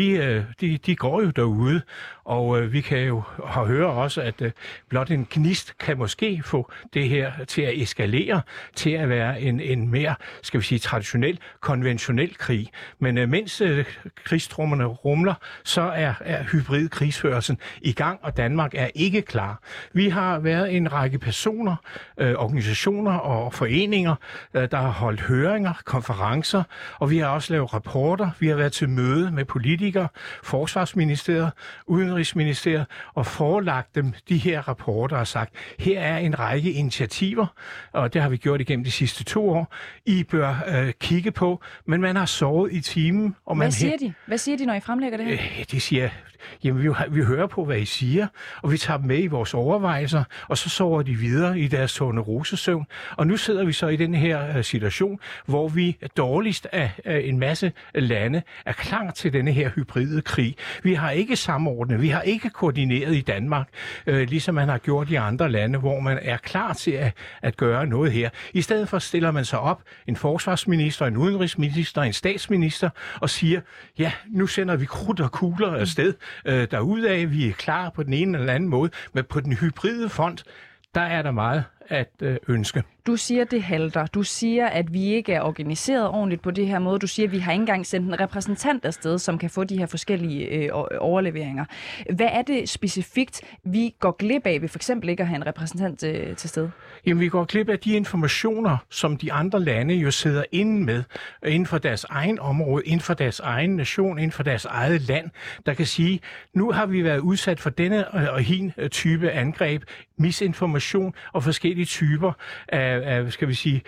de går jo derude, og vi kan jo høre også, at blot en gnist kan måske få det her til at eskalere, til at være en mere, skal vi sige, traditionel, konventionel krig. Men mens krigstrummerne rumler, så er hybrid krigsførelsen i gang, og Danmark er ikke klar. Vi har været en række personer, organisationer og foreninger, der har holdt høringer, konferencer, og vi har også lavet rapporter. Vi har været til møde med politikere, Forsvarsministeriet, Udenrigsministeriet og forelagt dem de her rapporter og sagt, her er en række initiativer, og det har vi gjort igennem de sidste 2 år. I bør kigge på, men man har sovet i timen. Og Hvad siger de? Hvad siger de, når I fremlægger det her? De siger, jamen vi hører på, hvad I siger, og vi tager dem med i vores overvejelser, og så sover de videre i deres tornerosesøvn. Og nu sidder vi så i den her situation, hvor vi dårligst af en masse lande er klar til denne her hybride krig. Vi har ikke samordnet, vi har ikke koordineret i Danmark, ligesom man har gjort i andre lande, hvor man er klar til at gøre noget her. I stedet for stiller man sig op, en forsvarsminister, en udenrigsminister, en statsminister, og siger, ja, nu sender vi krudt og kugler afsted derudad, vi er klar på den ene eller anden måde, men på den hybride front, der er der meget at ønske. Du siger, det halter. Du siger, at vi ikke er organiseret ordentligt på det her måde. Du siger, at vi har ikke engang sendt en repræsentant afsted, som kan få de her forskellige overleveringer. Hvad er det specifikt, vi går glip af ved for eksempel ikke at have en repræsentant til stede? Jamen, vi går glip af de informationer, som de andre lande jo sidder inde med, inden for deres egen område, inden for deres egen nation, inden for deres eget land, der kan sige, nu har vi været udsat for denne og hin type angreb, misinformation og forskellige typer af skal vi sige,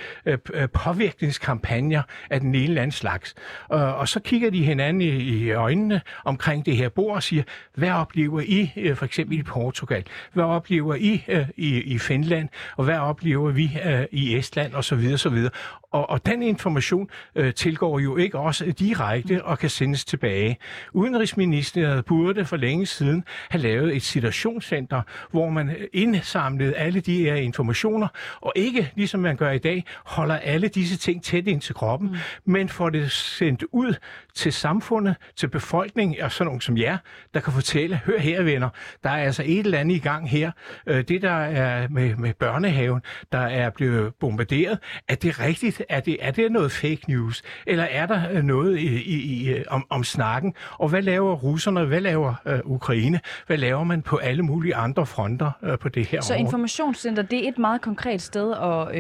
påvirkningskampagner af den ene eller anden slags. Og så kigger de hinanden i øjnene omkring det her bord og siger, hvad oplever I for eksempel i Portugal? Hvad oplever I i Finland? Og hvad oplever vi i Estland? Og så videre, så videre. Og den information tilgår jo ikke også direkte og kan sendes tilbage. Udenrigsministeriet burde for længe siden have lavet et situationscenter, hvor man indsamlede alle de her informationer, og ikke ligesom man gør i dag, holder alle disse ting tæt ind til kroppen, men får det sendt ud til samfundet, til befolkningen og sådan nogen som jer, der kan fortælle, hør her venner, der er altså et eller andet i gang her. Det der er med børnehaven, der er blevet bombarderet, er det rigtigt? Er det noget fake news? Eller er der noget om snakken? Og hvad laver russerne? Hvad laver Ukraine? Hvad laver man på alle mulige andre fronter på det her Så område? informationscenter, det er et meget konkret sted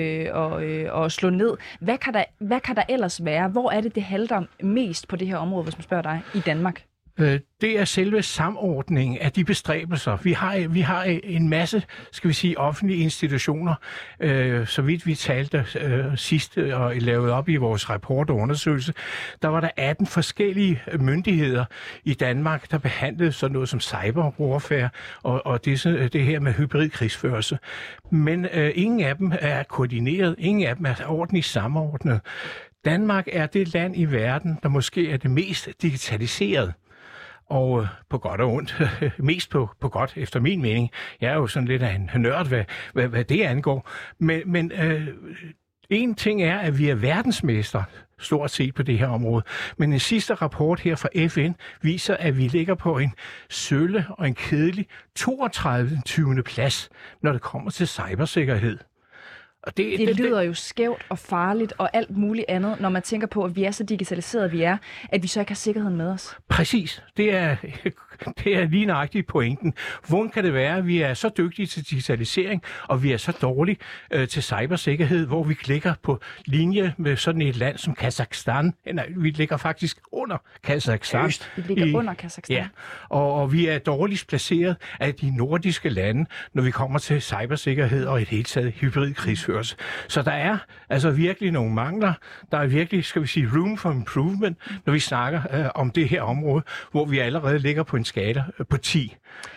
at slå ned. Hvad kan der ellers være? Hvor er det halter mest på det her område, hvis man spørger dig, i Danmark? Det er selve samordningen af de bestræbelser. Vi har en masse, skal vi sige, offentlige institutioner. Så vidt vi talte sidst og lavede op i vores rapport og undersøgelse, der var der 18 forskellige myndigheder i Danmark, der behandlede sådan noget som cyberwarfare og det her med hybridkrigsførelse. Men ingen af dem er koordineret, ingen af dem er ordentligt samordnet. Danmark er det land i verden, der måske er det mest digitaliseret. Og på godt og ondt, mest på godt efter min mening. Jeg er jo sådan lidt af en nørd, hvad det angår. Men en ting er, at vi er verdensmester stort set på det her område. Men en sidste rapport her fra FN viser, at vi ligger på en sølle og en kedelig 32. 20. plads, når det kommer til cybersikkerhed. Og det lyder jo skævt og farligt og alt muligt andet, når man tænker på, at vi er så digitaliseret, vi er, at vi så ikke har sikkerheden med os. Præcis. Det er lige nøjagtigt pointen. Hvordan kan det være, at vi er så dygtige til digitalisering, og vi er så dårlige til cybersikkerhed, hvor vi ligger på linje med sådan et land som Kazakhstan? Nej, vi ligger faktisk under Kazakhstan. Vi ligger under Kazakhstan. Ja, og vi er dårligst placeret af de nordiske lande, når vi kommer til cybersikkerhed og et helt taget hybridkrigsførelse. Så der er altså virkelig nogle mangler. Der er virkelig, skal vi sige, room for improvement, når vi snakker om det her område, hvor vi allerede ligger på en skala på 10.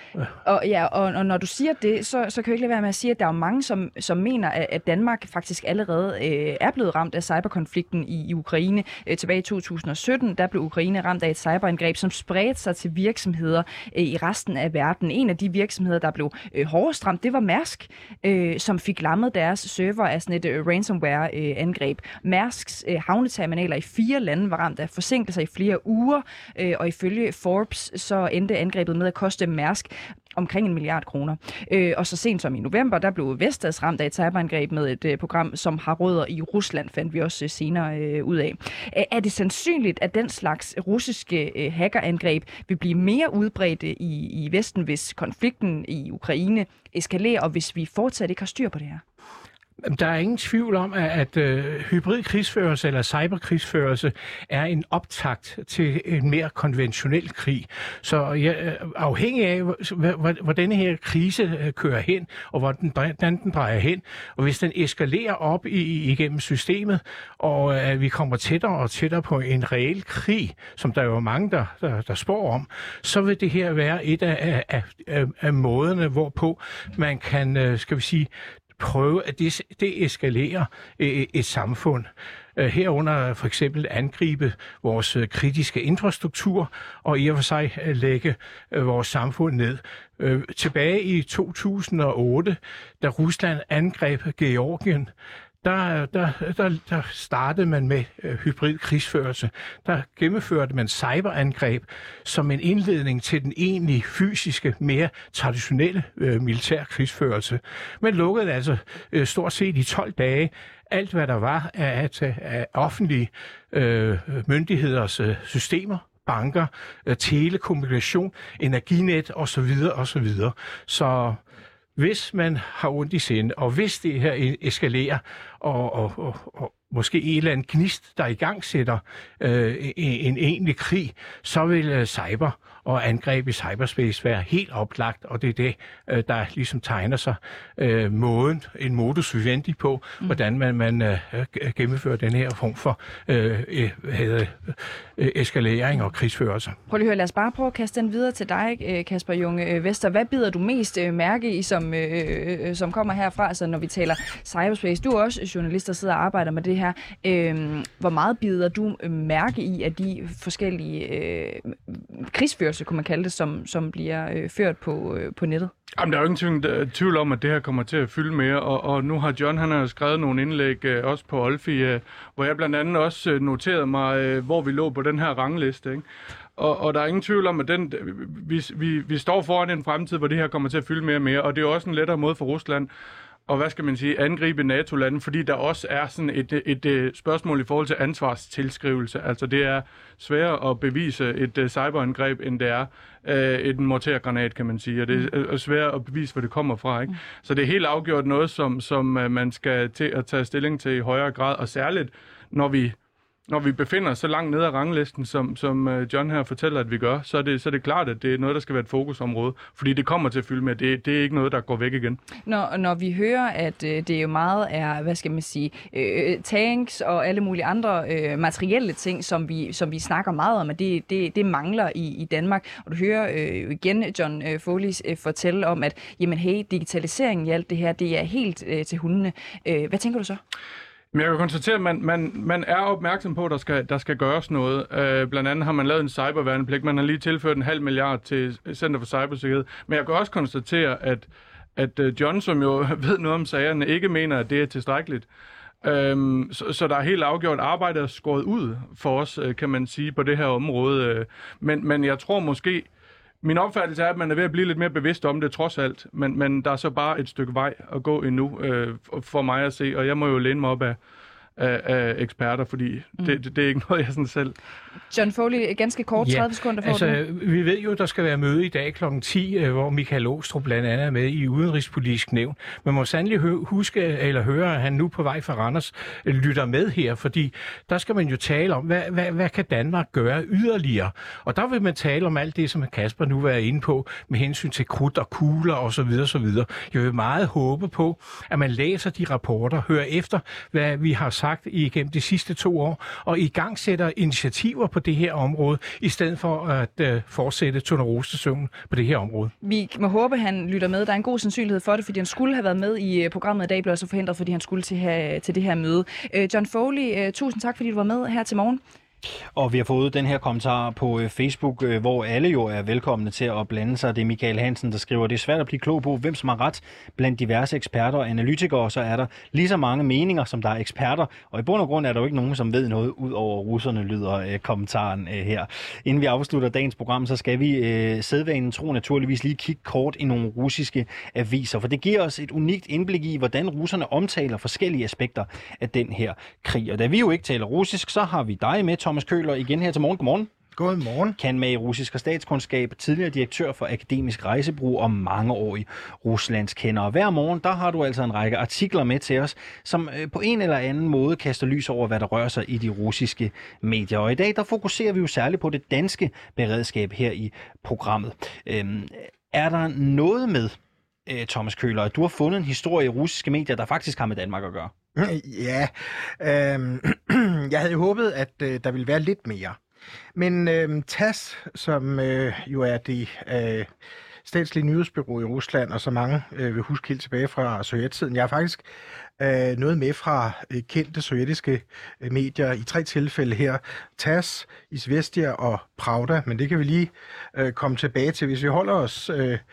Og når du siger det, så kan jeg ikke lade være med at sige, at der er mange, som mener, at Danmark faktisk allerede er blevet ramt af cyberkonflikten i Ukraine. Tilbage i 2017, der blev Ukraine ramt af et cyberangreb, som spredte sig til virksomheder i resten af verden. En af de virksomheder, der blev hårdest ramt, det var Mærsk, som fik lammet deres server af sådan et ransomware-angreb. Mærsks havneterminaler i 4 lande var ramt af forsinkelser i flere uger, og ifølge Forbes så endte angrebet med at koste Mærsk omkring 1 milliard kroner. Og så sent som i november, der blev Vestas ramt af et cyberangreb med et program, som har rødder i Rusland, fandt vi også senere ud af. Er det sandsynligt, at den slags russiske hackerangreb vil blive mere udbredt i Vesten, hvis konflikten i Ukraine eskalerer, og hvis vi fortsat ikke har styr på det her? Der er ingen tvivl om, at hybridkrigsførelse eller cyberkrigsførelse er en optakt til en mere konventionel krig. Så afhængig af, hvor denne her krise kører hen, og hvordan den drejer hen, og hvis den eskalerer op igennem systemet, og at vi kommer tættere og tættere på en reel krig, som der jo er mange, der spår om, så vil det her være et af måderne, hvorpå man kan, skal vi sige, prøve at deeskalere et samfund. Herunder for eksempel angribe vores kritiske infrastruktur og i og for sig lægge vores samfund ned. Tilbage i 2008, da Rusland angreb Georgien, der startede man med hybrid krigsførelse. Der gennemførte man cyberangreb som en indledning til den egentlige fysiske, mere traditionelle militær krigsførelse. Man lukkede altså stort set i 12 dage alt, hvad der var af offentlige myndigheders systemer, banker, telekommunikation, energinet osv. osv. Så hvis man har ondt i sinde, og hvis det her eskalerer, og måske en eller anden gnist, der i gang sætter en egentlig krig, så vil cyber og angreb i cyberspace være helt oplagt, og det er det, der ligesom tegner sig en modus vivendi på, hvordan man gennemfører den her form for eskalering og krigsførelse. Prøv lige at høre, lad os bare prøve at kaste den videre til dig, Kasper Junge Vester. Hvad bider du mest mærke i, som kommer herfra, altså når vi taler cyberspace? Du er også journalist, der sidder og arbejder med det her. Hvor meget bider du mærke i, at de forskellige krigsførelser, krigsførelse, kunne man kalde det, som bliver ført på nettet? Jamen, der er jo ingen tvivl om, at det her kommer til at fylde mere, og nu har John, han har skrevet nogle indlæg også på Olfi, hvor jeg blandt andet også noterede mig, hvor vi lå på den her rangliste, ikke? Og der er ingen tvivl om, at vi står foran en fremtid, hvor det her kommer til at fylde mere og mere, og det er jo også en lettere måde for Rusland og hvad skal man sige, angribe NATO-lande, fordi der også er sådan et spørgsmål i forhold til ansvarstilskrivelse. Altså det er sværere at bevise et cyberangreb, end det er et mortergranat, kan man sige. Og det er sværere at bevise, hvor det kommer fra, ikke? Så det er helt afgjort noget, som man skal til at tage stilling til i højere grad, og særligt når vi befinder os så langt nede af ranglisten, som John her fortæller, at vi gør, så er det klart, at det er noget, der skal være et fokusområde, fordi det kommer til at fylde med. Det er ikke noget, der går væk igen. Når vi hører, at det jo meget er, hvad skal man sige, tanks og alle mulige andre materielle ting, som vi snakker meget om, at det mangler i Danmark. Og du hører jo igen John Foley fortælle om, at jamen hey, digitaliseringen i alt det her, det er helt til hundene. Hvad tænker du så? Men jeg kan konstatere, at man er opmærksom på, at der skal gøres noget. Blandt andet har man lavet en cyberværnepligt. Man har lige tilført 0,5 milliard til Center for Cybersikkerhed. Men jeg kan også konstatere, at John, som jo ved noget om sagerne, ikke mener, at det er tilstrækkeligt. Så der er helt afgjort arbejde skåret ud for os, kan man sige, på det her område. Men jeg tror måske... Min opfattelse er, at man er ved at blive lidt mere bevidst om det, trods alt. Men der er så bare et stykke vej at gå endnu, for mig at se. Og jeg må jo læne mig op af eksperter, fordi det er ikke noget, jeg sådan selv... John Foley, ganske kort, 30 sekunder for det. Vi ved jo, der skal være møde i dag kl. 10, hvor Michael Aastrup blandt andet er med i Udenrigspolitisk Nævn. Man må sandelig høre, at han nu på vej fra Randers lytter med her, fordi der skal man jo tale om, hvad kan Danmark gøre yderligere? Og der vil man tale om alt det, som Kasper nu var inde på, med hensyn til krudt og kugler osv. Jeg vil meget håbe på, at man læser de rapporter, hører efter, hvad vi har sagt igennem de sidste 2 år, og i gang sætter initiativer på det her område, i stedet for at fortsætte tornerosesøvnen på det her område. Vi må håbe, han lytter med. Der er en god sandsynlighed for det, fordi han skulle have været med i programmet i dag, blev også forhindret, fordi han skulle til det her møde. John Foley, tusind tak, fordi du var med her til morgen. Og vi har fået den her kommentar på Facebook, hvor alle jo er velkomne til at blande sig. Det er Michael Hansen, der skriver, det er svært at blive klog på, hvem som har ret blandt diverse eksperter og analytikere, så er der lige så mange meninger, som der er eksperter. Og i bund og grund er der jo ikke nogen, som ved noget ud over russerne, lyder kommentaren her. Inden vi afslutter dagens program, så skal vi sædvanen tro naturligvis lige kigge kort i nogle russiske aviser, for det giver os et unikt indblik i, hvordan russerne omtaler forskellige aspekter af den her krig. Og da vi jo ikke taler russisk, så har vi dig med, Thomas Køhler, igen her til morgen. Godmorgen. Godmorgen. Kan med i russisk og statskundskab, tidligere direktør for Akademisk Rejsebrug og mangeårig Ruslands kender. Hver morgen, der har du altså en række artikler med til os, som på en eller anden måde kaster lys over, hvad der rører sig i de russiske medier. Og i dag, der fokuserer vi jo særligt på det danske beredskab her i programmet. Er der noget med, Thomas Køhler, at du har fundet en historie i russiske medier, der faktisk har med Danmark at gøre? Ja, jeg havde håbet, at der ville være lidt mere. Men TASS, som jo er det statslige nyhedsbureau i Rusland, og så mange vil huske helt tilbage fra sovjettiden. Jeg har faktisk noget med fra kendte sovjetiske medier i 3 tilfælde her. TASS, Izvestia og Pravda, men det kan vi lige komme tilbage til. Hvis vi holder os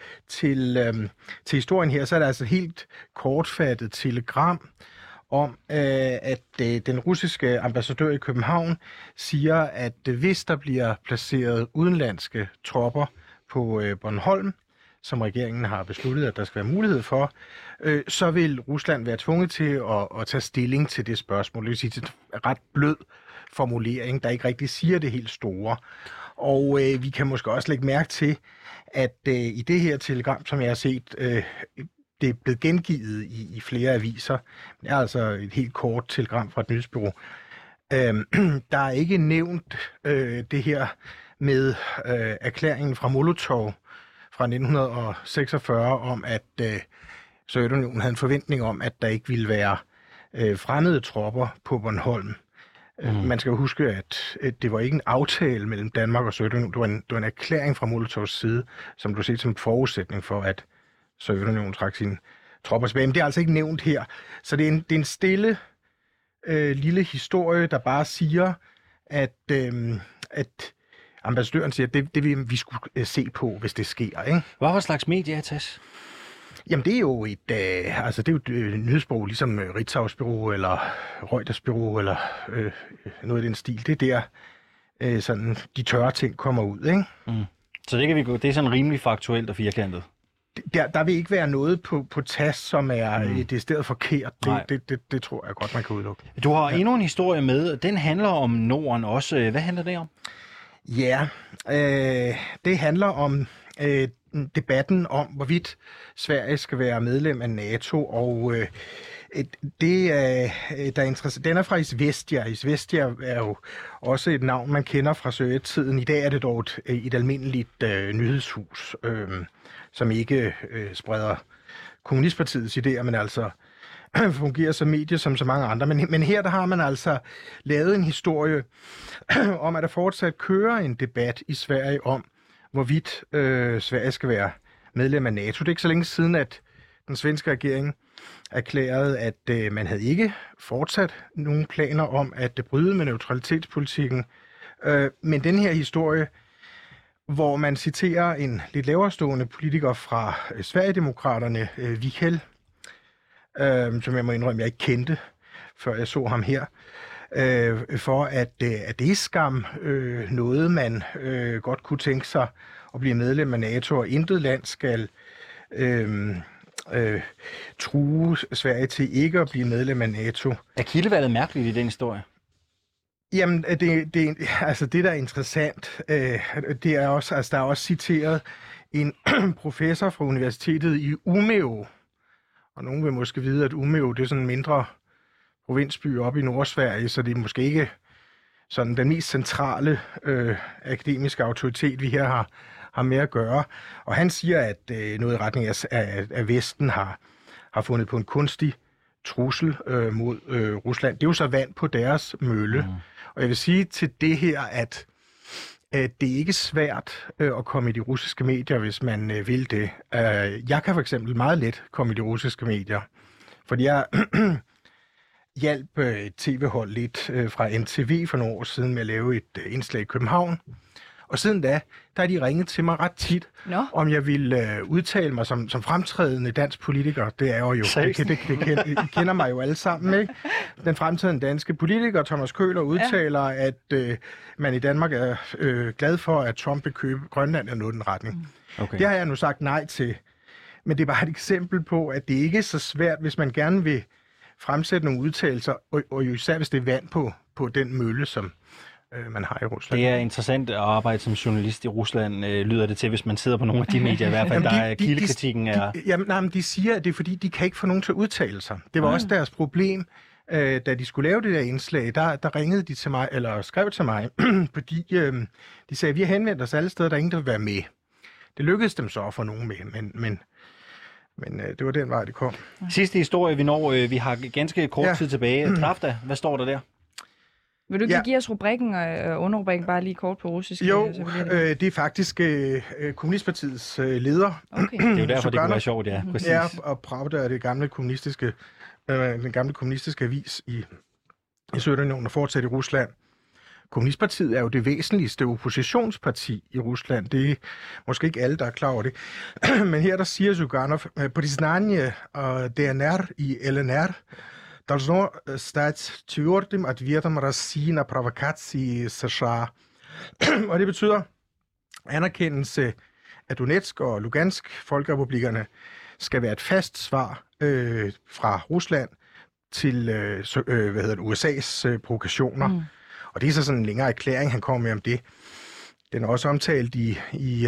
til historien her, så er der altså et helt kortfattet telegram om, at den russiske ambassadør i København siger, at hvis der bliver placeret udenlandske tropper på Bornholm, som regeringen har besluttet, at der skal være mulighed for, så vil Rusland være tvunget til at tage stilling til det spørgsmål. Det vil sige, det er en ret blød formulering, der ikke rigtig siger det helt store. Og vi kan måske også lægge mærke til, at i det her telegram, som jeg har set, det er blevet gengivet i flere aviser. Det er altså et helt kort telegram fra et nyhedsbureau. Der er ikke nævnt det her med erklæringen fra Molotov fra 1946 om, at Sovjetunionen havde en forventning om, at der ikke ville være fremmede tropper på Bornholm. Man skal jo huske, at det var ikke en aftale mellem Danmark og Sovjetunionen. Det var en erklæring fra Molotovs side, som du set som forudsætning for, at Sovjetunionen trak sine tropper tilbage. Men det er altså ikke nævnt her. Så det er en stille lille historie, der bare siger, at ambassadøren siger, det vil vi skulle se på, hvis det sker. Ikke? Hvad slags medie er TASS? Jamen, det er jo et nyhedsbureau, ligesom Ritzaus Bureau eller Reuters Bureau eller noget i den stil. Det er der, sådan, de tørre ting kommer ud, ikke? Mm. Så det er sådan rimelig faktuelt og firkantet? Der vil ikke være noget på TASS, som er decideret forkert. Det tror jeg godt, man kan udelukke. Du har endnu en historie med. Den handler om Norden også. Hvad handler det om? Ja, det handler om debatten om, hvorvidt Sverige skal være medlem af NATO, og det der er interessant. Den er fra Izvestia. Izvestia er jo også et navn, man kender fra sovjettiden. I dag er det dog et almindeligt nyhedshus, som ikke spreder kommunistpartiets idéer, men altså fungerer som medie som så mange andre. Men her der har man altså lavet en historie om, at der fortsat kører en debat i Sverige om, hvorvidt Sverige skal være medlem af NATO. Det er ikke så længe siden, at den svenske regering erklærede, at man havde ikke fortsat nogen planer om at bryde med neutralitetspolitikken. Men den her historie, hvor man citerer en lidt laverstående politiker fra Sverigedemokraterne, Wiechel, som jeg må indrømme, jeg ikke kendte, før jeg så ham her, for at det er skam noget, man godt kunne tænke sig at blive medlem af NATO, og intet land skal true Sverige til ikke at blive medlem af NATO. Er kildevalget mærkeligt i den historie? Jamen, det der er interessant, det er også, altså der er også citeret en professor fra universitetet i Umeå, og nogen vil måske vide, at Umeå, det er sådan en mindre provinsby oppe i Nordsverige, så det er måske ikke sådan den mest centrale akademiske autoritet, vi her har med at gøre. Og han siger, at noget i retning af Vesten har fundet på en kunstig trussel mod Rusland. Det er jo så vand på deres mølle. Og jeg vil sige til det her, at det er ikke svært at komme i de russiske medier, hvis man vil det. Jeg kan for eksempel meget let komme i de russiske medier, fordi jeg hjalp et tv-hold lidt fra NTV for nogle år siden med at lave et indslag i København. Og siden da har de ringet til mig ret tit, om jeg ville udtale mig som fremtrædende dansk politiker. Det er jo I kender mig jo alle sammen, ikke? Den fremtrædende danske politiker, Thomas Køhler, udtaler, at man i Danmark er glad for, at Trump vil købe Grønland eller noget i den retning. Okay. Det har jeg nu sagt nej til. Men det er bare et eksempel på, at det ikke er så svært, hvis man gerne vil fremsætte nogle udtalelser, og jo især hvis det er vand på den mølle, som man har i Rusland. Det er interessant at arbejde som journalist i Rusland, lyder det til, hvis man sidder på nogle af de medier i hvert fald, der er kildekritikken er... De siger, at det er fordi, de kan ikke få nogen til at udtale sig. Det var også deres problem, da de skulle lave det der indslag, der ringede de til mig, eller skrev til mig, fordi de sagde, at vi har henvendt os alle steder, der er ingen, der vil være med. Det lykkedes dem så at få nogen med, men det var den vej, det kom. Sidste historie, vi når. Vi har ganske kort tid tilbage. Pravda, hvad står der der? Vil du ikke give os rubrikken og underrubrikken bare lige kort på russisk? Jo, det er faktisk Kommunistpartiets leder. Okay. Det er jo derfor, det kunne være sjovt, ja. Præcis. Ja, og Pravda er det gamle den gamle kommunistiske avis i Sovjetunionen og fortsat i Rusland. Kommunistpartiet er jo det væsentligste oppositionsparti i Rusland. Det er måske ikke alle, der er klar over det. Men her der siger Zyuganov, признание ДНР и ЛНР должно стать твердым ответом России на провокации США. Og det betyder anerkendelse af Donetsk og Lugansk folkerepublikkerne skal være et fast svar fra Rusland til USA's provokationer. Og det er så sådan en længere erklæring, han kommer med om det. Den er også omtalt i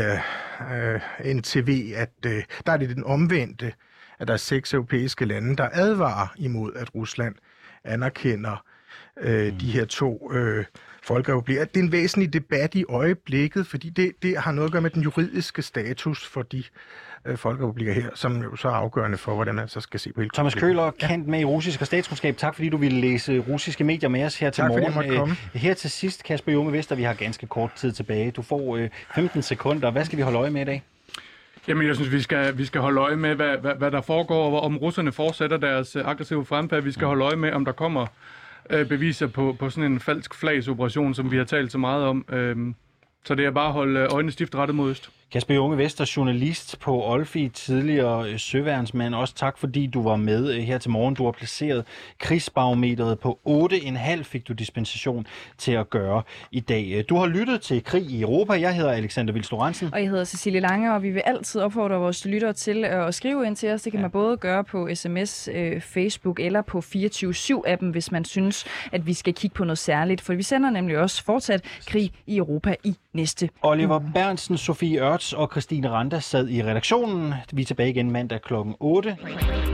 NTV, at der er det den omvendte, at der er 6 europæiske lande, der advarer imod, at Rusland anerkender de her 2 folkerepublikker. Det er en væsentlig debat i øjeblikket, fordi det har noget at gøre med den juridiske status for de folkerepublikker her, som jo så er afgørende for, hvordan man så skal se på hele Thomas Køhler, kendt med i russisk og statskundskab. Tak fordi du ville læse russiske medier med os her til morgen. Tak fordi jeg måtte komme. Her til sidst, Kasper Junge Vester, vi har ganske kort tid tilbage. Du får 15 sekunder. Hvad skal vi holde øje med i dag? Jamen, jeg synes, vi skal holde øje med, hvad der foregår, og om russerne fortsætter deres aggressive fremfærd. Vi skal holde øje med, om der kommer beviser på sådan en falsk flagsoperation, som vi har talt så meget om. Så det er bare at holde øjnene stift rettet mod øst. Kasper Junge Vester, journalist på Olfi, tidligere søværnsmand. Også tak, fordi du var med her til morgen. Du har placeret krigsbarometeret på 8,5, fik du dispensation til at gøre i dag. Du har lyttet til Krig i Europa. Jeg hedder Alexander Vils Lorentzen. Og jeg hedder Cecilie Lange, og vi vil altid opfordre vores lyttere til at skrive ind til os. Det kan man både gøre på sms, Facebook eller på 24/7-appen, hvis man synes, at vi skal kigge på noget særligt. For vi sender nemlig også fortsat Krig i Europa i næste Oliver Berntsen, Sofie Ørts og Christine Randa sad i redaktionen. Vi er tilbage igen mandag kl. 8.